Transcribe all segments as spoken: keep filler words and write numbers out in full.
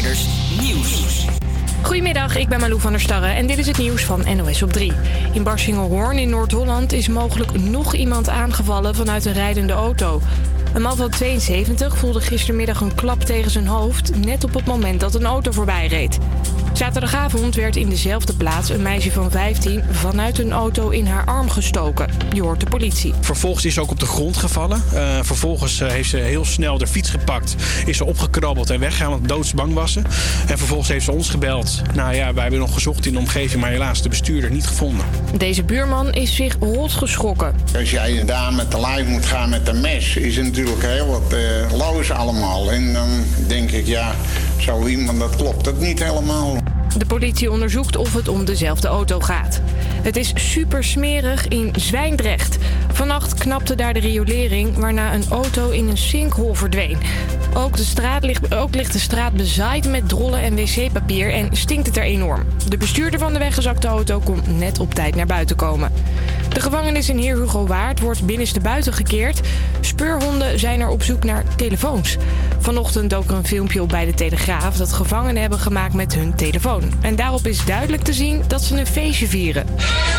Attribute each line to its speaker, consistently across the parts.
Speaker 1: Verspreiders Nieuws.
Speaker 2: Goedemiddag, ik ben Malou van der Starre en dit is het nieuws van N O S op drie. In Barsingelhoorn in Noord-Holland is mogelijk nog iemand aangevallen vanuit een rijdende auto. Een man van tweeënzeventig voelde gistermiddag een klap tegen zijn hoofd, net op het moment dat een auto voorbij reed. Zaterdagavond werd in dezelfde plaats een meisje van vijftien vanuit een auto in haar arm gestoken. Je hoort de politie.
Speaker 3: Vervolgens is ze ook op de grond gevallen. Uh, vervolgens uh, heeft ze heel snel de fiets gepakt, is ze opgekrabbeld en weggegaan, want doodsbang was ze. En vervolgens heeft ze ons gebeld. Nou ja, wij hebben nog gezocht in de omgeving, maar helaas de bestuurder niet gevonden.
Speaker 2: Deze buurman is zich rot geschrokken.
Speaker 4: Als jij daar met de lijf moet gaan met een mes, is het natuurlijk heel wat uh, loos allemaal. En dan denk ik, ja, zo iemand, dat klopt dat niet helemaal.
Speaker 2: De politie onderzoekt of het om dezelfde auto gaat. Het is super smerig in Zwijndrecht. Vannacht knapte daar de riolering, waarna een auto in een sinkhole verdween. Ook, de straat ligt, ook ligt de straat bezaaid met drollen en wc-papier en stinkt het er enorm. De bestuurder van de weggezakte auto kon net op tijd naar buiten komen. De gevangenis in Heer Hugo Waard wordt binnenstebuiten gekeerd. Speurhonden zijn er op zoek naar telefoons. Vanochtend dook er een filmpje op bij de Telegraaf dat gevangenen hebben gemaakt met hun telefoon. En daarop is duidelijk te zien dat ze een feestje vieren.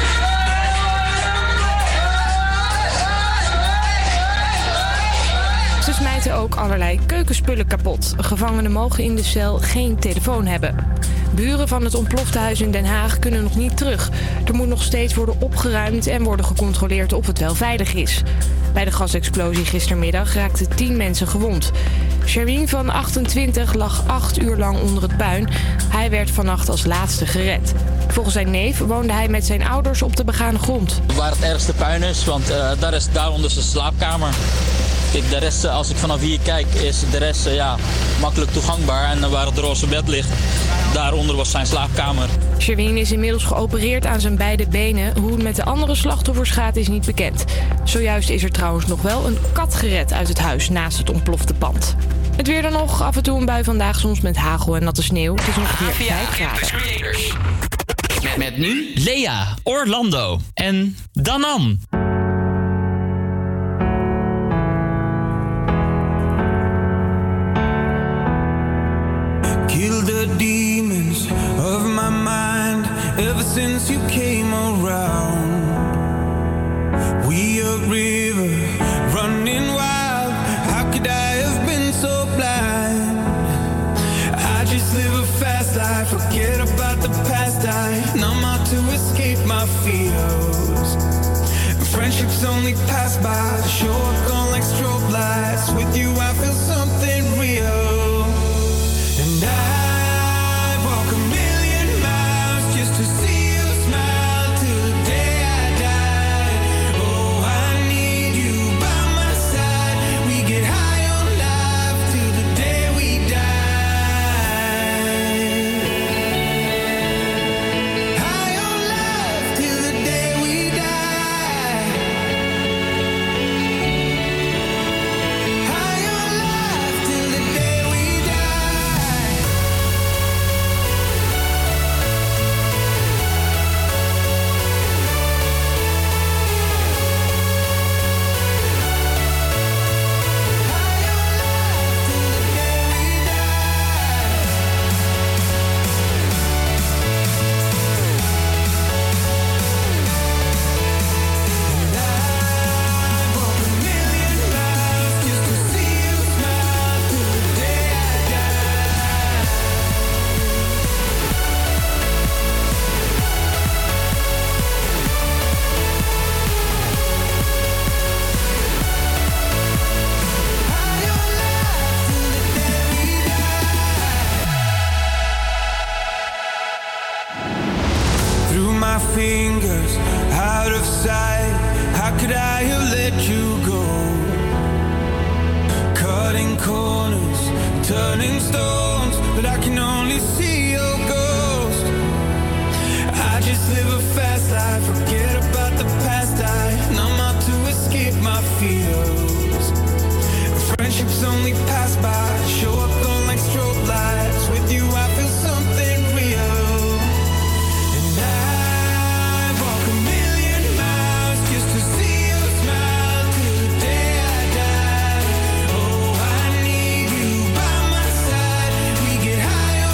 Speaker 2: Ze smijten ook allerlei keukenspullen kapot. Gevangenen mogen in de cel geen telefoon hebben. Buren van het ontplofte huis in Den Haag kunnen nog niet terug. Er moet nog steeds worden opgeruimd en worden gecontroleerd of het wel veilig is. Bij de gasexplosie gistermiddag raakten tien mensen gewond. Sherwin van achtentwintig lag acht uur lang onder het puin. Hij werd vannacht als laatste gered. Volgens zijn neef woonde hij met zijn ouders op de begane grond.
Speaker 5: Waar het ergste puin is, want uh, daar is daaronder zijn slaapkamer. Kijk, de rest, als ik vanaf hier kijk, is de rest uh, ja, makkelijk toegankbaar. En uh, waar het roze bed ligt, daaronder was zijn slaapkamer.
Speaker 2: Sherwin is inmiddels geopereerd aan zijn beide benen. Hoe het met de andere slachtoffers gaat is niet bekend. Zojuist is er trouwens nog wel een kat gered uit het huis naast het ontplofte pand. Het weer dan nog, af en toe een bui vandaag, soms met hagel en natte sneeuw. Het is ongeveer vijf graden.
Speaker 1: Met, met nu Lea, Orlando en Danan.
Speaker 6: Kill the demons of my mind ever since you came around. We a river running wild. How could I have been so blind? I just live a fast life, forget about the past. I numb out to escape my fears. Friendships only pass by, show up gone like strobe lights. With you I feel something real. And I walk a million miles just to see you smile till the day I die. Oh, I need you by my side. We get high on life till the day we die. High on life till the day we die. High on life till the day we die. Through my fingers, out of sight. How could I have let you go? Cutting corners, turning stones, but I can only see your ghost. I just live a fast life, forget about the past. I numb out to escape my fears. Friendships only pass by, show up gone like strobe lights. With you I feel something real. And I walk a million miles just to see you smile till the day I die. Oh, I need you by my side. We get high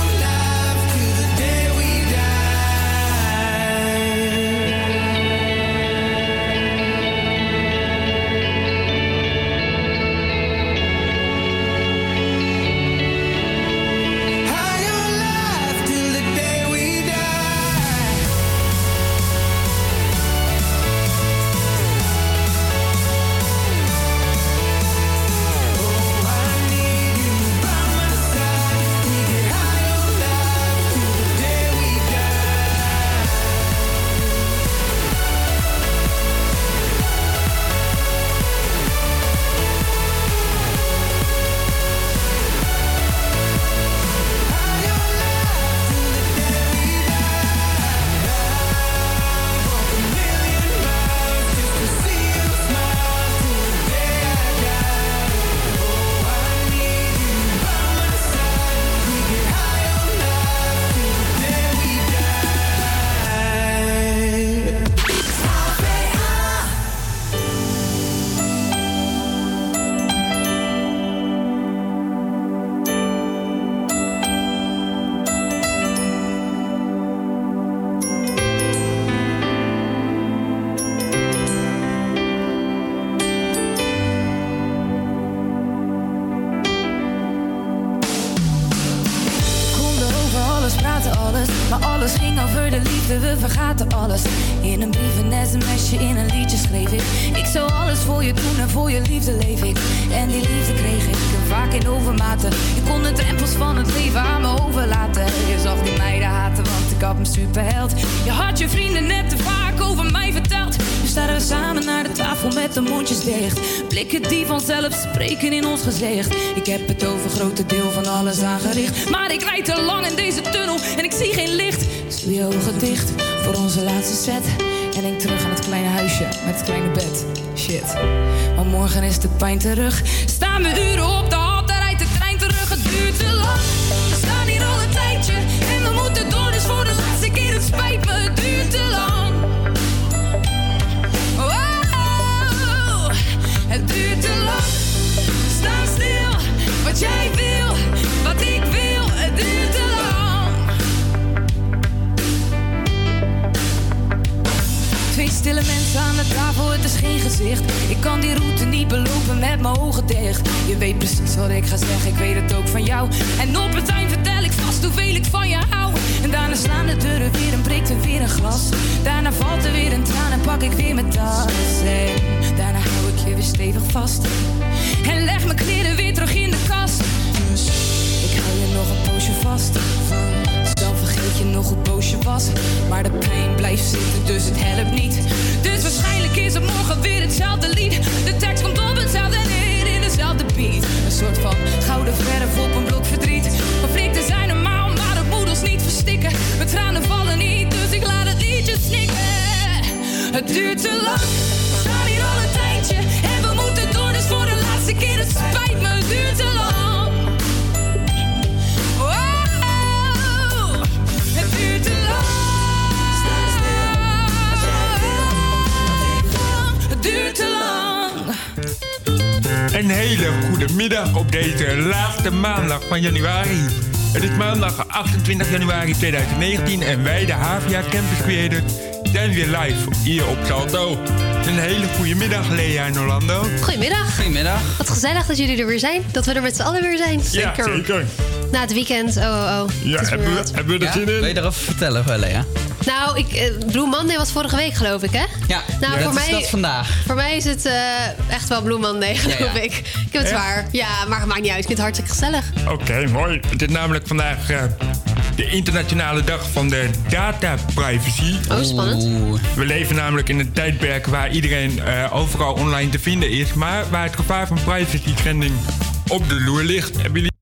Speaker 7: Maar alles ging over de liefde, we vergaten alles. In een brief, een sms'je, in een liedje schreef ik. Ik zou alles voor je doen en voor je liefde leef ik. En die liefde kreeg ik vaak in overmaten. Je kon de drempels van het leven aan me overlaten. Je zag die meiden haten, want ik had een superheld. Je had je vrienden net te vaak over mij verteld. Nu staan we samen naar de tafel met de mondjes dicht. Blikken die vanzelf spreken in ons gezicht. Ik heb het over grote deel van alles aangericht. Maar ik rijd te lang in deze tunnel en ik zie geen licht. Dus doe je ogen dicht voor onze laatste set. En denk terug aan het kleine huisje met het kleine bed. Shit, maar morgen is de pijn terug. Staan we uren op de hal, daar rijdt de trein terug. Het duurt te lang, we staan hier al een tijdje. En we moeten door, dus voor de laatste keer, het spijt me. Het duurt te lang. Oh, het duurt te lang. Sta stil, wat jij wil, wat ik wil. Het duurt te lang. Twee stille mensen aan de tafel, het is geen gezicht. Ik kan die route niet belopen met mijn ogen dicht. Je weet precies wat ik ga zeggen, ik weet het ook van jou. En op het eind vertel ik vast hoeveel ik van je hou. En daarna slaan de deuren weer en breekt er weer een glas. Daarna valt er weer een traan en pak ik weer mijn tas. En daarna hou ik je weer stevig vast. En leg mijn kleren weer terug in de kast. Dus ik hou je nog een poosje vast. Dan vergeet je nog hoe boos je was. Maar de pijn blijft zitten, dus het helpt niet. Dus waarschijnlijk is het morgen weer hetzelfde lied. De tekst komt op hetzelfde neer in dezelfde beat. Een soort van gouden verf op een blok verdriet. Conflicten zijn normaal, maar het moet ons niet verstikken. Mijn tranen vallen niet, dus ik laat het liedje snikken. Het duurt te lang, we staan hier al een tijdje. En we moeten door, dus voor de laatste keer, het spijt me. Het duurt te lang. Het duurt te lang. Het duurt te lang.
Speaker 8: Een hele goede middag op deze laatste maandag van januari. Het is maandag achtentwintig januari tweeduizend negentien en wij, de H V A Campus Creators, zijn weer live hier op Salto. Een hele goede middag, Lea en Orlando.
Speaker 9: Goedemiddag.
Speaker 1: Goedemiddag.
Speaker 9: Wat gezellig dat jullie er weer zijn. Dat we er met z'n allen weer zijn.
Speaker 8: Ja, zeker.
Speaker 9: Na het weekend, oh oh oh.
Speaker 8: Ja, hebben we, hebben we er
Speaker 1: Ja,
Speaker 8: zin in?
Speaker 1: wil je erover vertellen, Lea?
Speaker 9: Nou, ik, uh, Blue Monday was vorige week, geloof ik, hè?
Speaker 1: Ja,
Speaker 9: nou,
Speaker 1: ja
Speaker 9: voor
Speaker 1: dat
Speaker 9: mij,
Speaker 1: is dat vandaag.
Speaker 9: Voor mij is het uh, echt wel Blue Monday, geloof ja, ja. ik. Ik heb het zwaar. Ja, maar het maakt niet uit. Ik vind het hartstikke gezellig.
Speaker 8: Oké, okay, mooi. Het is namelijk vandaag uh, de internationale dag van de data privacy.
Speaker 9: Oh, spannend.
Speaker 1: Oeh.
Speaker 8: We leven namelijk in een tijdperk waar iedereen uh, overal online te vinden is, maar waar het gevaar van privacy schending op de loer ligt. Hebben jullie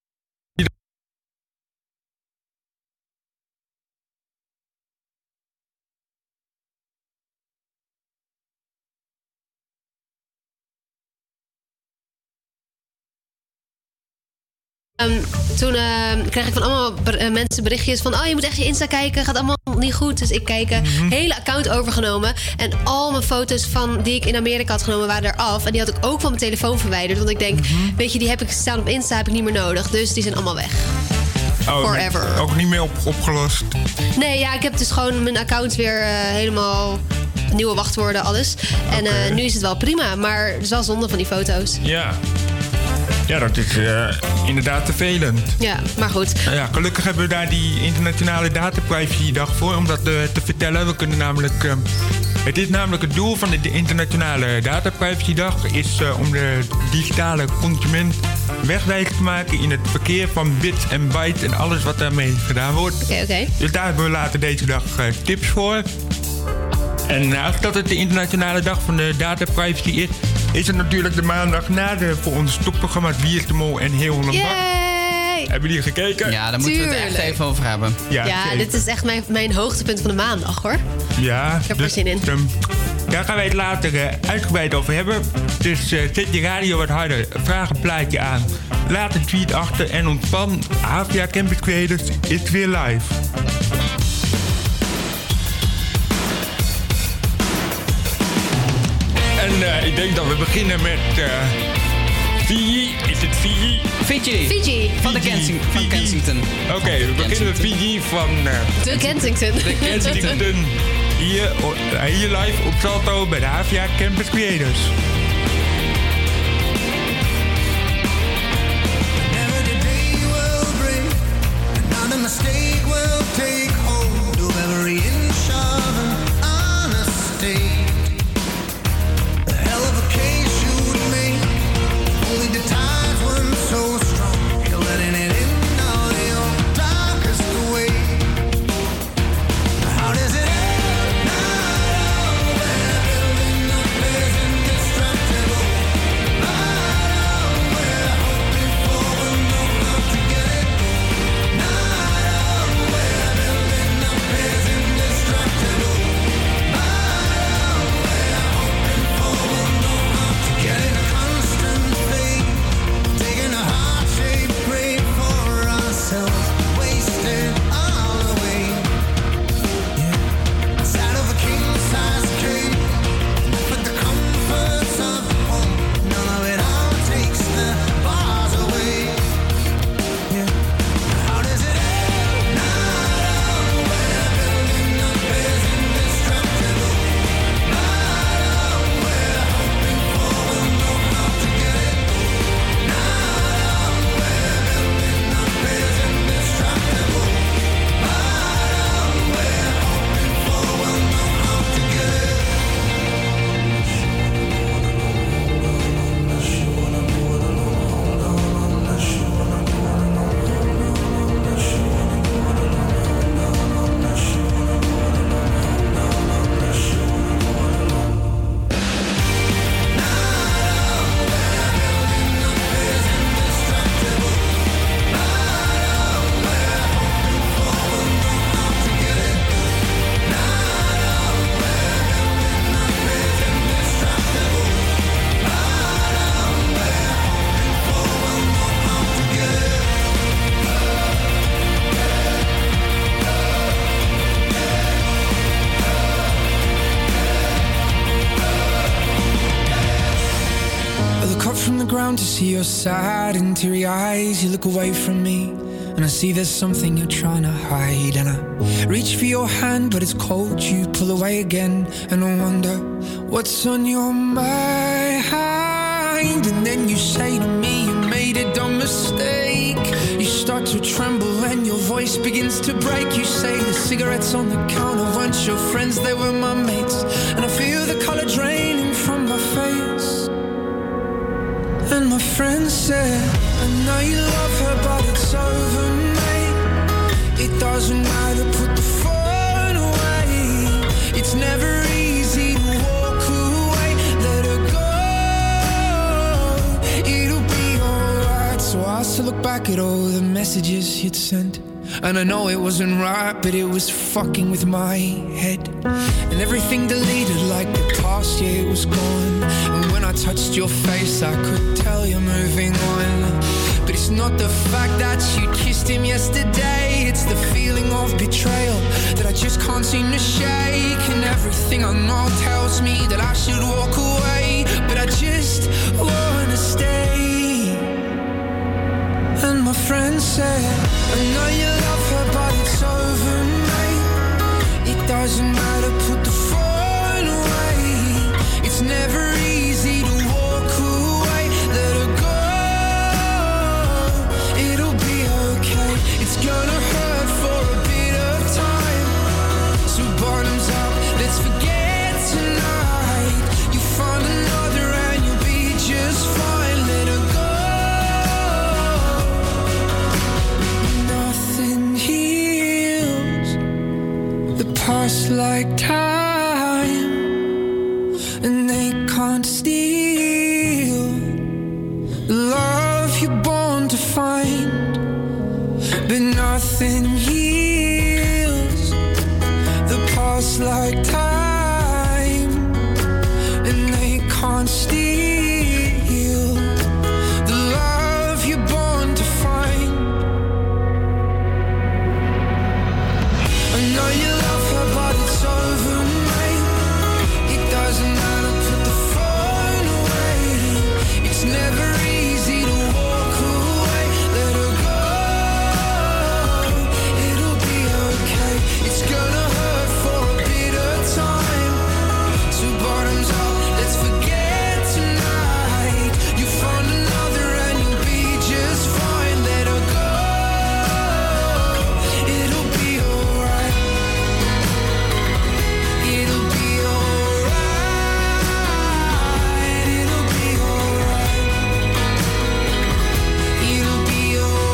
Speaker 9: Um, toen uh, kreeg ik van allemaal ber- uh, mensen berichtjes van... oh, je moet echt je Insta kijken, gaat allemaal niet goed. Dus ik kijk, een mm-hmm. hele account overgenomen. En al mijn foto's van die ik in Amerika had genomen waren eraf. En die had ik ook van mijn telefoon verwijderd. Want ik denk, mm-hmm. weet je, die heb ik staan op Insta, heb ik niet meer nodig. Dus die zijn allemaal weg.
Speaker 8: Oh,
Speaker 9: Forever.
Speaker 8: Ook niet meer op, opgelost?
Speaker 9: Nee, ja, ik heb dus gewoon mijn account weer uh, helemaal... nieuwe wachtwoorden, alles. En okay. uh, nu is het wel prima, maar het is wel zonde van die foto's.
Speaker 8: Ja. Ja, dat is uh, inderdaad vervelend.
Speaker 9: Ja, maar goed.
Speaker 8: Nou ja, gelukkig hebben we daar die internationale data privacy dag voor om dat uh, te vertellen. We kunnen namelijk... Uh, het is namelijk het doel van de, de internationale data privacy dag is uh, om de digitale consument wegwijs te maken in het verkeer van bits en bytes en alles wat daarmee gedaan wordt.
Speaker 9: Oké, okay, oké. Okay.
Speaker 8: Dus daar hebben we later deze dag uh, tips voor. En naast dat het de internationale dag van de data privacy is, is het natuurlijk de maandag na de voor onze topprogramma's Wie is de Mol en Heel Holland Bak. Hebben jullie gekeken?
Speaker 1: Ja, daar moeten
Speaker 9: Tuurlijk.
Speaker 1: we het echt even over hebben.
Speaker 9: Ja, ja dit is echt mijn, mijn hoogtepunt van de maandag, hoor.
Speaker 8: Ja.
Speaker 9: Ik heb
Speaker 8: dus,
Speaker 9: er zin in.
Speaker 8: Um, daar gaan wij het later uh, uitgebreid over hebben. Dus uh, zet je radio wat harder, vraag een plaatje aan, laat een tweet achter en ontspan. H V A Campus Creators is weer live. En uh, ik denk dat we beginnen met uh, Fiji. Is het Fiji?
Speaker 1: Fiji.
Speaker 9: Fiji.
Speaker 1: Van de Kensing- van Kensington.
Speaker 8: Oké, okay, we beginnen met Fiji van... Uh,
Speaker 9: de Kensington.
Speaker 8: De Kensington. Hier, uh, hier live op Salto bij de H V A Campus Creators.
Speaker 6: Never the day will break, another mistake will take hold. sad and teary eyes, you look away from me, and I see there's something you're trying to hide. And I reach for your hand, but it's cold, you pull away again, and I wonder what's on your mind. And then you say to me you made a dumb mistake. You start to tremble and your voice begins to break. You say the cigarettes on the counter weren't your friends, they were my mates. And I feel the color draining from my face. And my friend said, I know you love her, but it's over, mate. It doesn't matter, put the phone away. It's never easy to walk away. Let her go, it'll be alright. So I still look back at all the messages you'd sent, and I know it wasn't right, but it was fucking with my head. And everything deleted like the past, yeah, it was gone. And when I touched your face, I could tell you're moving on. But it's not the fact that you kissed him yesterday, it's the feeling of betrayal that I just can't seem to shake. And everything I know tells me that I should walk away, but I just wanna stay. And my friend said, I know you love her, but it's over, mate. It doesn't matter, put the phone away. It's never easy to walk away. Let her go, it'll be okay. It's gonna hurt for a bit of time. So bottoms up, let's forget tonight. You find another and you'll be just fine. Let her go. Past like time, and they can't steal the love you're born to find. But nothing heals the past like time, and they can't steal the love you're born to find. I know you love her, but it's over, mate. It doesn't matter, put the phone away. It's never easy to walk away. Let her go, it'll be okay. It's gonna hurt for a bit of time. So bottoms up, let's forget tonight. You find another and you'll be just fine. Let her go, it'll be alright. It'll be alright. It'll be alright. It'll be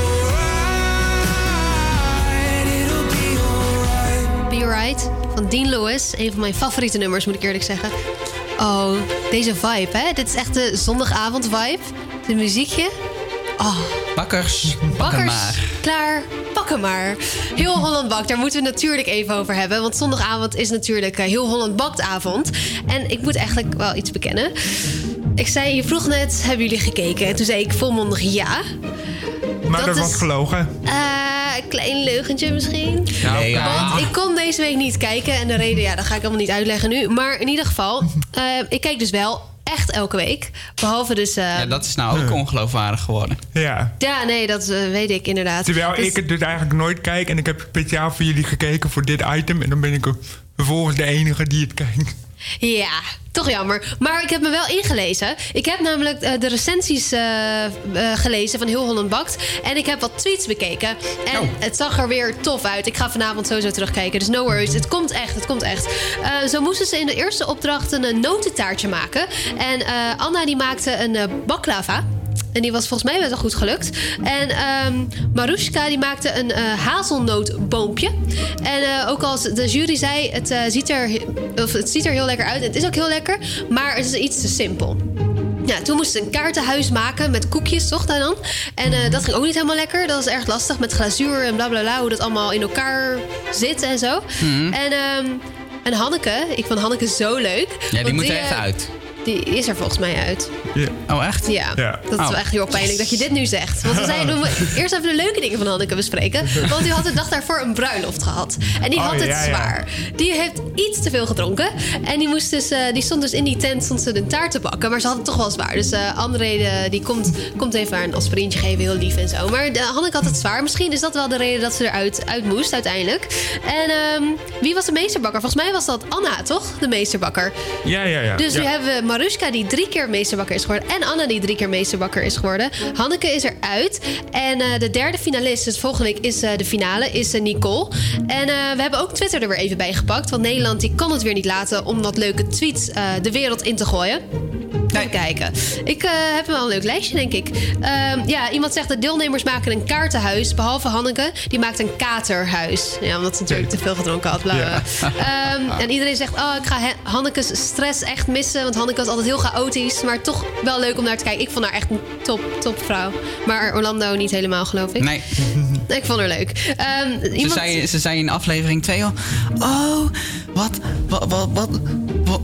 Speaker 6: alright. It'll be alright.
Speaker 9: Be Alright van Dean Lewis. Een van mijn favoriete nummers, moet ik eerlijk zeggen. Oh, deze vibe, hè? Dit is echt de zondagavond-vibe. Dit muziekje. Oh,
Speaker 1: Bakkers, bakken
Speaker 9: bakkers,
Speaker 1: maar.
Speaker 9: klaar, pakken maar. Heel Holland Bakt, daar moeten we het natuurlijk even over hebben. Want zondagavond is natuurlijk eh, Heel Holland Bakt avond. En ik moet eigenlijk wel iets bekennen. Ik zei, je vroeg net, hebben jullie gekeken? En toen zei ik volmondig ja.
Speaker 8: Maar dat,
Speaker 9: is-
Speaker 8: was gelogen.
Speaker 9: Eh, een klein leugentje misschien.
Speaker 1: Nee, ja.
Speaker 9: Want ik kon deze week niet kijken. En de reden, ja, dat ga ik allemaal niet uitleggen nu. Maar in ieder geval, eh, ik kijk dus wel echt elke week. Behalve dus... eh,
Speaker 1: Ja, dat is nou ook ongeloofwaardig geworden.
Speaker 8: Ja.
Speaker 9: ja, nee, dat eh, weet ik inderdaad.
Speaker 8: Terwijl
Speaker 9: Dus-
Speaker 8: ik het dus eigenlijk nooit kijk. En ik heb speciaal voor jullie gekeken voor dit item. En dan ben ik ook vervolgens de enige die het kijkt.
Speaker 9: Ja, toch jammer. Maar ik heb me wel ingelezen. Ik heb namelijk uh, de recensies uh, uh, gelezen van Heel Holland Bakt. En ik heb wat tweets bekeken. En
Speaker 1: oh.
Speaker 9: het zag er weer tof uit. Ik ga vanavond sowieso terugkijken. Dus no worries. Het komt echt, het komt echt. Uh, zo moesten ze in de eerste opdracht een uh, notentaartje maken. En uh, Anna die maakte een uh, baklava. En die was volgens mij best wel goed gelukt. En um, Marushka die maakte een uh, hazelnootboompje. En uh, ook als de jury zei, het, uh, ziet er, of het ziet er heel lekker uit. En het is ook heel lekker, maar het is iets te simpel. Ja, toen moesten ze een kaartenhuis maken met koekjes, toch dan? En uh, dat ging ook niet helemaal lekker. Dat was erg lastig met glazuur en blablabla. Bla bla, hoe dat allemaal in elkaar zit en zo. Mm-hmm. En, um, en Hanneke, ik vond Hanneke zo leuk.
Speaker 1: Ja, die moet er echt
Speaker 9: uh,
Speaker 1: uit.
Speaker 9: die is er volgens mij uit.
Speaker 8: Ja.
Speaker 1: Oh, echt?
Speaker 9: Ja,
Speaker 8: Ja.
Speaker 9: dat is
Speaker 1: Oh.
Speaker 9: wel echt heel pijnlijk dat je dit nu zegt. Want we zeiden, we moeten eerst even de leuke dingen van Hanneke bespreken. Want die had de dag daarvoor een bruiloft gehad. En die
Speaker 8: Oh,
Speaker 9: had het
Speaker 8: ja, ja.
Speaker 9: zwaar. Die heeft iets te veel gedronken. En die, moest dus, uh, die stond dus in die tent stond ze een taart te bakken. Maar ze had het toch wel zwaar. Dus uh, André de, die komt, komt even haar een aspirintje geven. Heel lief en zo. Maar de, Hanneke had het zwaar. Misschien is dat wel de reden dat ze eruit uit moest uiteindelijk. En um, wie was de meesterbakker? Volgens mij was dat Anna, toch? De meesterbakker.
Speaker 8: Ja, ja, ja.
Speaker 9: Dus
Speaker 8: ja.
Speaker 9: nu hebben we Maruska die drie keer meesterbakker is geworden. En Anna die drie keer meesterbakker is geworden. Hanneke is eruit. En uh, de derde finalist, dus volgende week is uh, de finale, is uh, Nicole. En uh, we hebben ook Twitter er weer even bij gepakt. Want Nederland die kan het weer niet laten om wat leuke tweets uh, de wereld in te gooien. Even kijken. Ik uh, heb wel een leuk lijstje, denk ik. Um, ja, iemand zegt de deelnemers maken een kaartenhuis. Behalve Hanneke, die maakt een katerhuis. Ja, omdat ze natuurlijk te veel gedronken had. Bla, bla. Ja. Um, en iedereen zegt, oh, ik ga Hanneke's stress echt missen. Want Hanneke was altijd heel chaotisch. Maar toch wel leuk om naar te kijken. Ik vond haar echt een top, top vrouw. Maar Orlando niet helemaal, geloof ik.
Speaker 1: Nee.
Speaker 9: Ik vond haar leuk. Um,
Speaker 1: Ze,
Speaker 9: iemand...
Speaker 1: zei, ze zei in aflevering twee al... Oh, wat, wat, wat, wat, wat,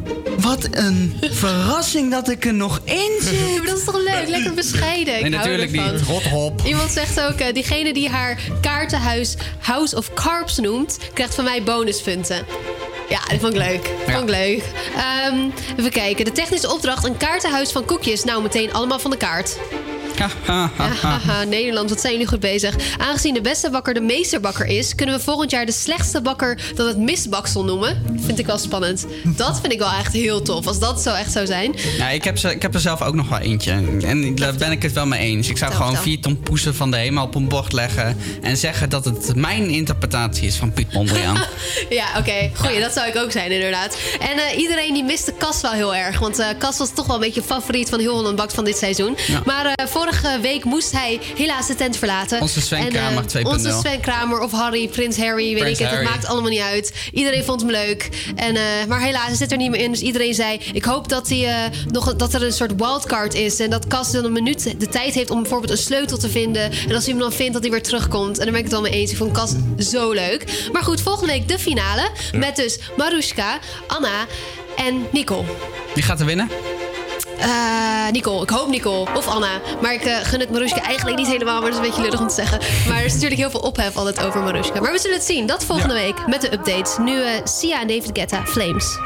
Speaker 1: wat een verrassing dat ik er nog in zit.
Speaker 9: Ja, maar dat is toch leuk? Lekker bescheiden. Ik
Speaker 1: Nee,
Speaker 9: hou
Speaker 1: natuurlijk
Speaker 9: ervan.
Speaker 1: niet. Rothop.
Speaker 9: Iemand zegt ook, uh, diegene die haar kaartenhuis House of Carbs noemt, krijgt van mij bonuspunten. Ja, dat vond ik leuk.
Speaker 1: Ja.
Speaker 9: Vond ik leuk. Um, even kijken. De technische opdracht, een kaartenhuis van koekjes. Nou, meteen allemaal van de kaart.
Speaker 1: Ha, ha, ha, ha.
Speaker 9: Haha, Nederland, wat zijn jullie goed bezig. Aangezien de beste bakker de meesterbakker is, kunnen we volgend jaar de slechtste bakker dan het misbaksel noemen. Vind ik wel spannend. Dat vind ik wel echt heel tof, als dat zo echt zou zijn.
Speaker 1: Ja, ik, heb ze, ik heb er zelf ook nog wel eentje. En daar ben ik het wel mee eens. Ik zou
Speaker 9: Vertel,
Speaker 1: gewoon
Speaker 9: vertel.
Speaker 1: vier ton poesen van de hemel op een bord leggen. En zeggen dat het mijn interpretatie is van Piet Mondriaan.
Speaker 9: Ja, oké. Okay. Goeie, dat zou ik ook zijn, inderdaad. En uh, iedereen die miste Cas wel heel erg. Want uh, Cas was toch wel een beetje favoriet van heel Holland Bakt van dit seizoen.
Speaker 1: Ja.
Speaker 9: Maar uh, vorige week moest hij helaas de tent verlaten.
Speaker 1: Onze Sven Kramer
Speaker 9: uh,
Speaker 1: twee punt nul.
Speaker 9: Onze Sven Kramer of Harry, Prins Harry, weet
Speaker 1: Prins
Speaker 9: ik het.
Speaker 1: Harry.
Speaker 9: Het maakt allemaal niet uit. Iedereen vond hem leuk. En, uh, maar helaas, hij zit er niet meer in. Dus iedereen zei, ik hoop dat, hij, uh, nog, dat er een soort wildcard is. En dat Cas dan een minuut de tijd heeft om bijvoorbeeld een sleutel te vinden. En als hij hem dan vindt, dat hij weer terugkomt. En daar ben ik het wel mee eens. Ik vond Cas zo leuk. Maar goed, volgende week de finale. Ja. Met dus Maruska, Anna en Nicole.
Speaker 1: Wie gaat er winnen?
Speaker 9: Uh, Nicole. Ik hoop Nicole. Of Anna. Maar ik uh, gun het Maruska eigenlijk niet helemaal. Maar dat is een beetje lullig om te zeggen. Maar er is natuurlijk heel veel ophef altijd over Maruska. Maar we zullen het zien. Dat volgende ja. week met de updates. Nu uh, Sia en David Guetta, Flames.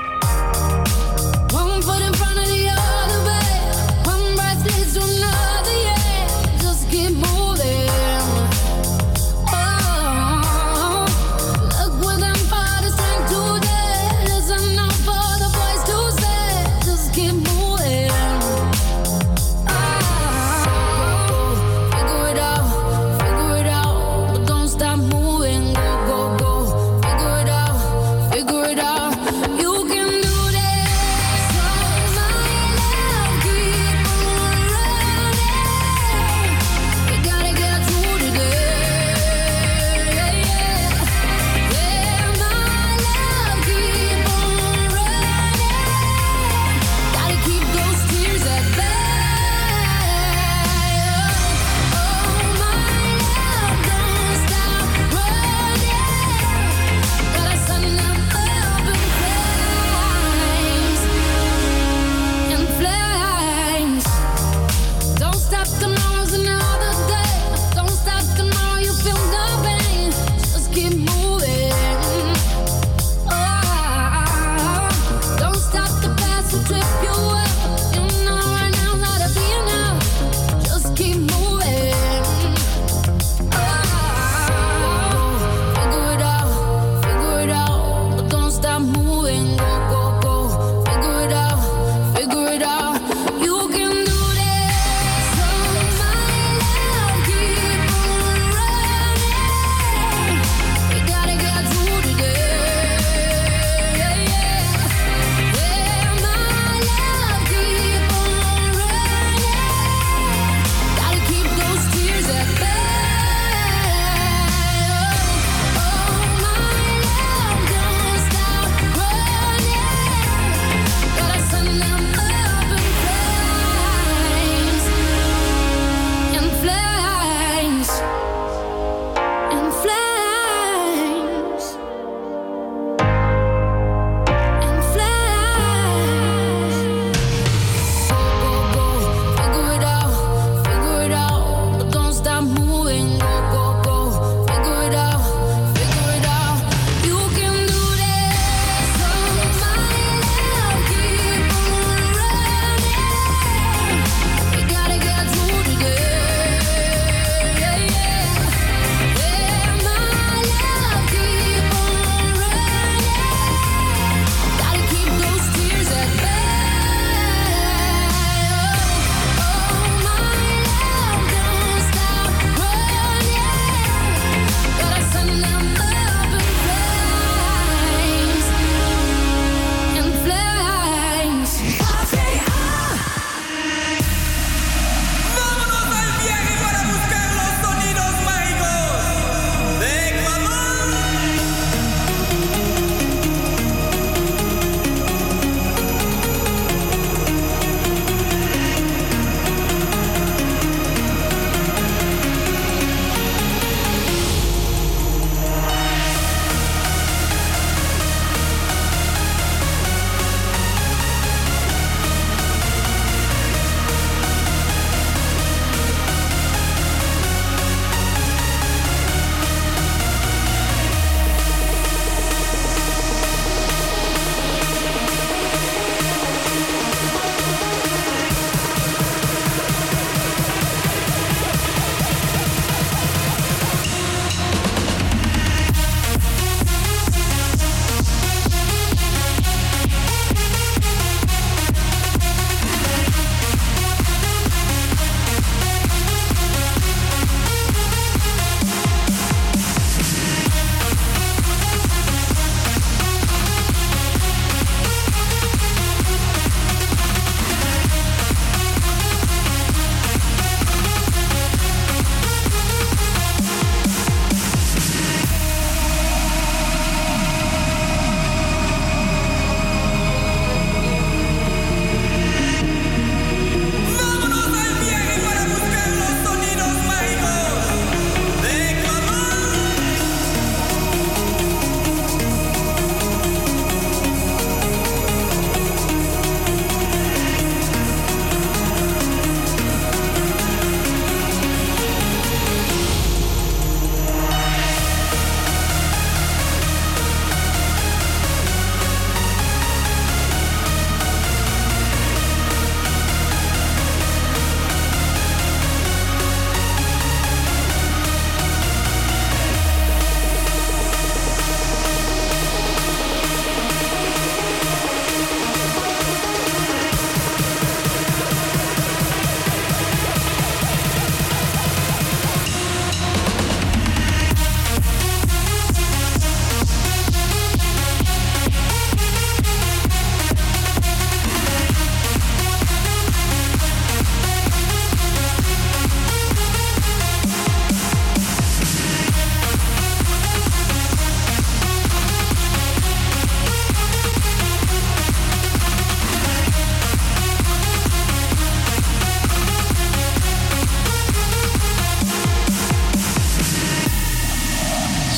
Speaker 7: One foot in front of the other way. One breath leads to another, yeah. Just keep moving. Oh, look what I'm for the strength today. There's enough for the boys to say. Just keep moving. Oh, figure it out, figure it out. But don't stop moving. Go, go, go. Figure it out, figure it out. You can do this. So my love, keep on running. We gotta get through today. Yeah, my love, keep on running. Gotta keep those tears at bay. Oh, my love, don't stop running. Gotta sun up up in flames, in flames. Don't stop, tomorrow's another day. Don't stop, tomorrow you feel the pain. Just keep moving. Oh, don't stop, the past will trip you up. You know right now how to be enough. Just keep moving. Oh, figure it out, figure it out. But don't stop moving. Go, go, go. Figure it out, figure it out. You can do this. So my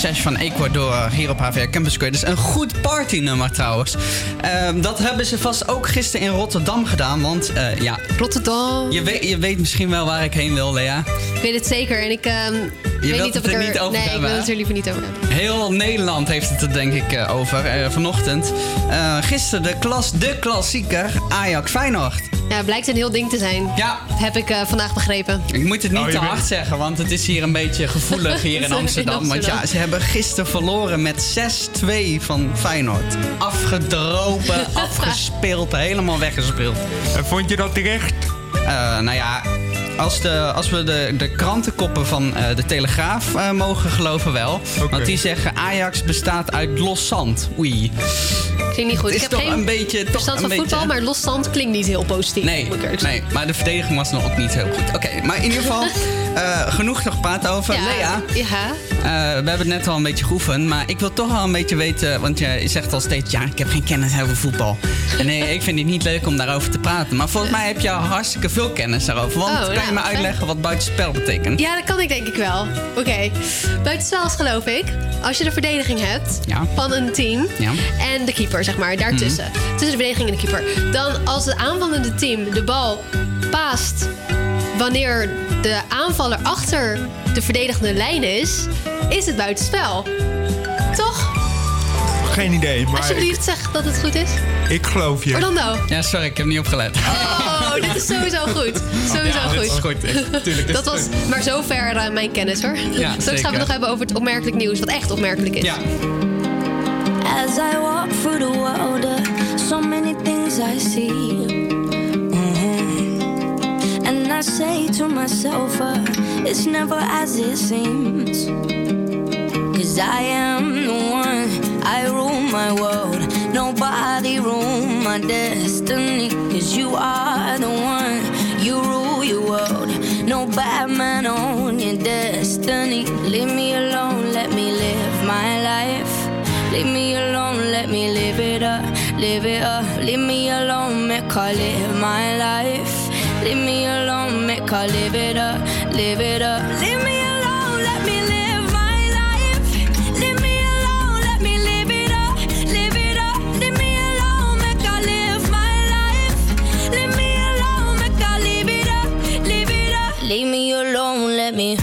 Speaker 1: Sesh van Ecuador hier op H V R Campus Creators. Dus een goed partynummer trouwens. Uh, dat hebben ze vast ook gisteren in Rotterdam gedaan. Want uh, ja...
Speaker 9: Rotterdam.
Speaker 1: Je weet, je weet misschien wel waar ik heen wil, Lea.
Speaker 9: Ik weet het zeker. En ik uh, weet
Speaker 1: wilt
Speaker 9: niet of
Speaker 1: het
Speaker 9: ik
Speaker 1: er
Speaker 9: er...
Speaker 1: niet over
Speaker 9: nee,
Speaker 1: hebben,
Speaker 9: ik wil
Speaker 1: hè?
Speaker 9: het er liever niet over hebben.
Speaker 1: Heel Nederland heeft het er denk ik uh, over. Uh, vanochtend. Uh, gisteren de, klas, de klassieker Ajax Feyenoord.
Speaker 9: Ja, blijkt een heel ding te zijn.
Speaker 1: Ja.
Speaker 9: Heb ik uh, vandaag begrepen.
Speaker 1: Ik moet het niet
Speaker 8: Oh, je
Speaker 1: te
Speaker 8: bent-
Speaker 1: hard zeggen, want het is hier een beetje gevoelig hier in Amsterdam.
Speaker 9: In
Speaker 1: Want ja,
Speaker 9: Amsterdam.
Speaker 1: ze hebben gisteren verloren met zes twee van Feyenoord. Afgedropen, afgespeeld, helemaal weggespeeld.
Speaker 8: En vond je dat terecht?
Speaker 1: Uh, nou ja, als, de, als we de, de krantenkoppen van uh, de Telegraaf uh, mogen geloven wel.
Speaker 8: Oké.
Speaker 1: Want die zeggen Ajax bestaat uit los zand. Oei.
Speaker 9: Klinkt niet goed.
Speaker 1: Het is
Speaker 9: ik heb
Speaker 1: toch
Speaker 9: geen
Speaker 1: een beetje... Toch
Speaker 9: verstand
Speaker 1: een
Speaker 9: van
Speaker 1: beetje,
Speaker 9: voetbal, maar loszand klinkt niet heel positief.
Speaker 1: Nee,
Speaker 9: moet ik eerlijk zeggen.
Speaker 1: nee, maar de verdediging was nog ook niet heel goed. Oké, maar in ieder geval uh, genoeg nog gepraat over.
Speaker 9: Ja,
Speaker 1: Lea,
Speaker 9: ja.
Speaker 1: uh, we hebben het net al een beetje geoefend, maar ik wil toch wel een beetje weten, want je zegt al steeds, ja, ik heb geen kennis over voetbal. En nee, ik vind het niet leuk om daarover te praten. Maar volgens mij heb je hartstikke veel kennis daarover. Want
Speaker 9: Oh,
Speaker 1: kan
Speaker 9: nou,
Speaker 1: je me
Speaker 9: fijn.
Speaker 1: uitleggen wat buitenspel betekent?
Speaker 9: Ja, dat kan ik denk ik wel. Oké. Okay. Buitenspel is geloof ik, als je de verdediging hebt
Speaker 1: Ja.
Speaker 9: van een team
Speaker 1: Ja.
Speaker 9: en de keeper, zeg maar, daartussen. Tussen de verdediging en de keeper. Dan als het aanvallende team de bal paast wanneer de aanvaller achter de verdedigende lijn is, is het buitenspel. Toch?
Speaker 8: Geen idee, maar ik,
Speaker 9: Alsjeblieft zeg dat het goed is.
Speaker 8: ik geloof je.
Speaker 9: Orlando.
Speaker 1: Ja, sorry, ik heb niet opgelet.
Speaker 9: Oh, dit is sowieso goed. Sowieso
Speaker 1: Ja, dit is
Speaker 9: goed.
Speaker 1: goed. Tuurlijk,
Speaker 9: Dat was maar zover uh, mijn kennis hoor. Straks gaan we
Speaker 1: zeker.
Speaker 9: het nog hebben over het opmerkelijk nieuws, wat echt opmerkelijk is.
Speaker 1: Ja.
Speaker 10: As I walk through the world, uh, so many things I see. Mhm. And I say to myself, uh, it's never as it seems. Cause I am the one, I rule my world. Nobody rule my destiny. Cause you are the one, you rule your world. No bad man on your destiny. Leave me alone, let me live my life. Leave me alone, let me live it up, live it up. Leave me alone, make I live my life. Leave me alone, make I live it up, live it up. Leave me alone, let me live my life. Leave me alone, let me live it up, live it up. Leave me alone, make I live my life. Leave me alone, make I live it up, live it up. Leave me alone, let me.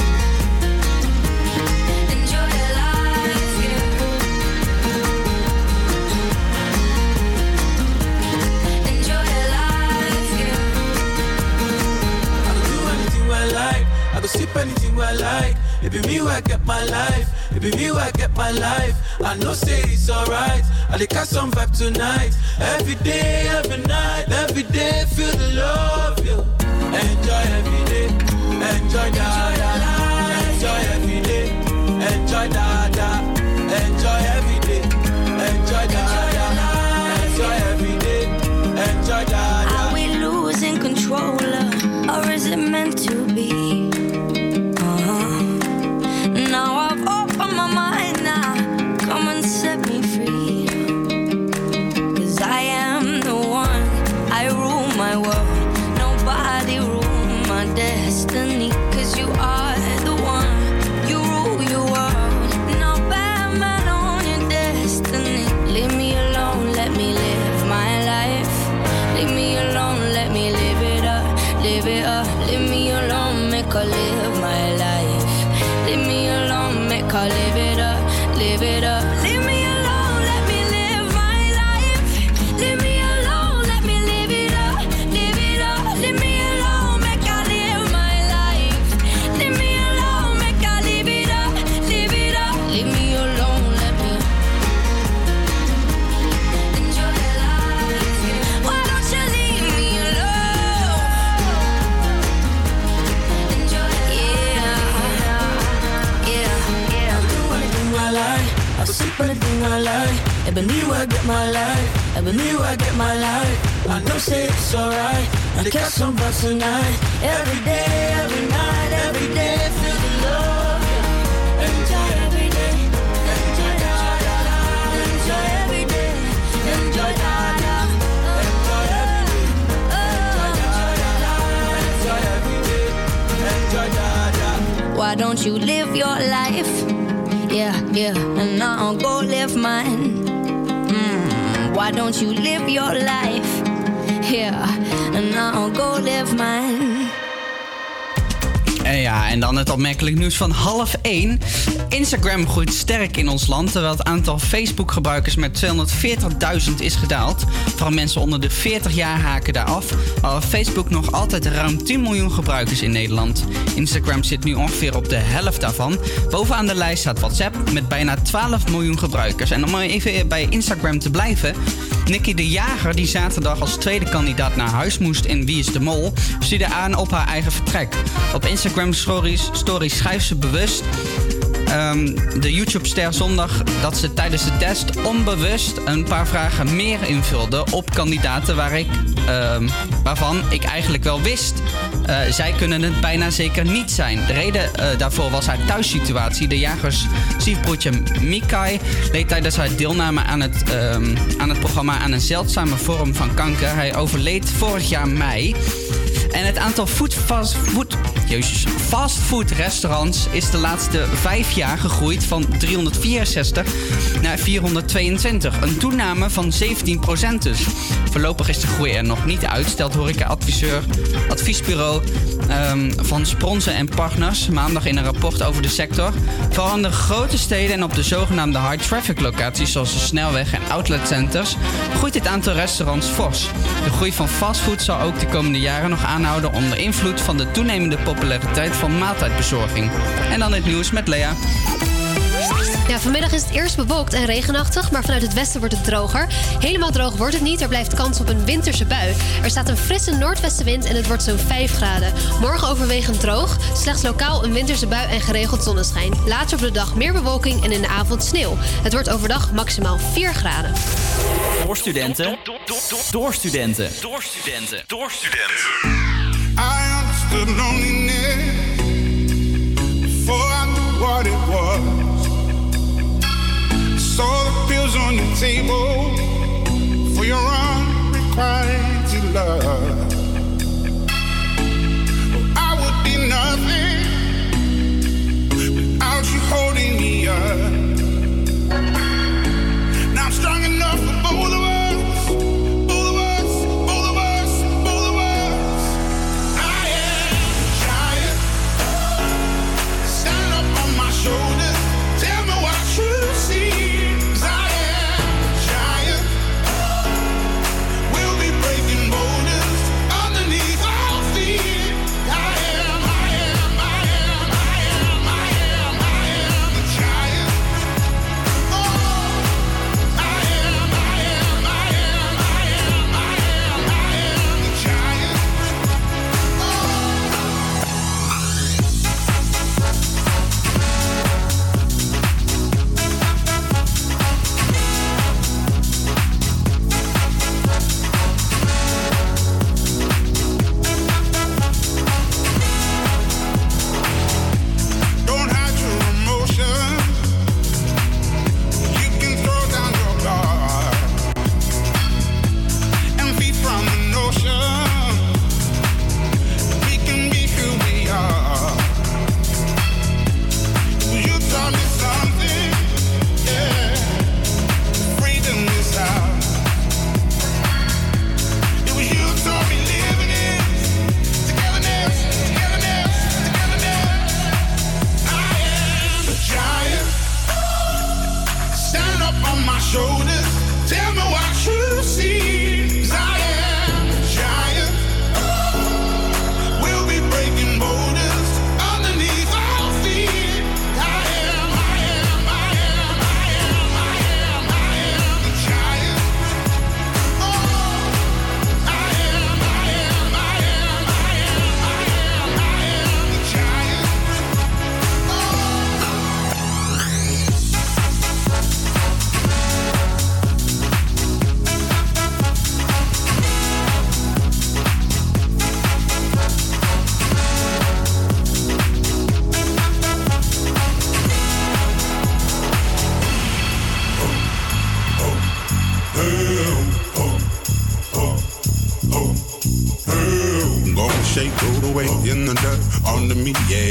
Speaker 11: I go sip anything I like. It be me who I get my life. It be me who I get my life. I know say it's alright. I dey catch some vibe tonight. Every day, every night, every day feel the love, yo. Enjoy every day, enjoy da da da. Enjoy every day, enjoy da da. Enjoy every day, enjoy da da. Enjoy every day, enjoy da da.
Speaker 10: Are we losing control, uh, or is it meant to be? Uh-huh. Now I've opened my mind now. Come and set me free. Cause I am the one, I rule my world. Nobody rule my destiny. Cause you are the one, you rule your world. No bad man on your destiny. Leave me alone, let me live my life. Leave me alone, let me live it up, live it up. Leave me alone, make I live my life. Leave me alone, make I live it up, live it up. Leave me alone, let me live my life. Leave me alone, let me live it up, live it up. Leave me alone, make I live my life. Leave me alone, make I live it up, live it up. Leave me alone, let me enjoy life. Why don't you leave me alone? Enjoy yeah, yeah, yeah.
Speaker 11: I do anything I like. I go sip anything I like. It be me who I get my life. It be me who I get my life. I know say it's alright. I dey catch some vibes tonight. Every day, every night, every day feel the love. Yeah. Enjoy every day. Enjoy da da da. Enjoy every day. Enjoy da da. Enjoy every day. Enjoy every day. Enjoy da da.
Speaker 10: Why don't you live your life? Yeah, yeah, and I'll go live mine. Mm, why don't you live your life? Yeah, and I'll go live mine.
Speaker 1: En ja, en dan het opmerkelijk nieuws van half één. Instagram groeit sterk in ons land, terwijl het aantal Facebook-gebruikers met tweehonderdveertigduizend is gedaald. Vooral mensen onder de veertig jaar haken daar af. Al Facebook nog altijd ruim tien miljoen gebruikers in Nederland. Instagram zit nu ongeveer op de helft daarvan. Bovenaan de lijst staat WhatsApp met bijna twaalf miljoen gebruikers. En om even bij Instagram te blijven, Nicky de Jager, die zaterdag als tweede kandidaat naar huis moest in Wie is de Mol, stuurde aan op haar eigen vertrek. Op Instagram stories, stories schrijft ze bewust um, de YouTube-ster zondag dat ze tijdens de test onbewust een paar vragen meer invulde op kandidaten waar ik, um, waarvan ik eigenlijk wel wist. Uh, zij kunnen het bijna zeker niet zijn. De reden uh, daarvoor was haar thuissituatie. De Jagers stiefbroertje Mikai leed tijdens haar deelname aan het, um, aan het programma aan een zeldzame vorm van kanker. Hij overleed vorig jaar mei. En het aantal food, fast, food, jezus, fastfood-restaurants is de laatste vijf jaar gegroeid van driehonderdvierenzestig naar vierhonderdtweeëntwintig. Een toename van zeventien procent dus. Voorlopig is de groei er nog niet uit, stelt horeca-adviseur, adviesbureau um, van Spronsen en Partners maandag in een rapport over de sector. Vooral in de grote steden en op de zogenaamde high-traffic locaties zoals de snelweg en outletcenters groeit het aantal restaurants fors. De groei van fastfood zal ook de komende jaren nog aanhouden onder invloed van de toenemende populariteit van maaltijdbezorging. En dan het nieuws met Lea.
Speaker 9: Ja, vanmiddag is het eerst bewolkt en regenachtig, maar vanuit het westen wordt het droger. Helemaal droog wordt het niet, er blijft kans op een winterse bui. Er staat een frisse noordwestenwind en het wordt zo'n vijf graden. Morgen overwegend droog, slechts lokaal een winterse bui en geregeld zonneschijn. Later op de dag meer bewolking en in de avond sneeuw. Het wordt overdag maximaal vier graden.
Speaker 12: Door studenten, door studenten, door studenten, door studenten.
Speaker 13: I understood loneliness before I knew what it was. Saw the pills on your table for your unrequited love. Oh, I would be nothing without you holding me up. Now I'm strong enough for both of us. Both of us, both of us, both of us. I am a giant. Stand up on my shoulders. Tell me what you see. We'll be breaking borders.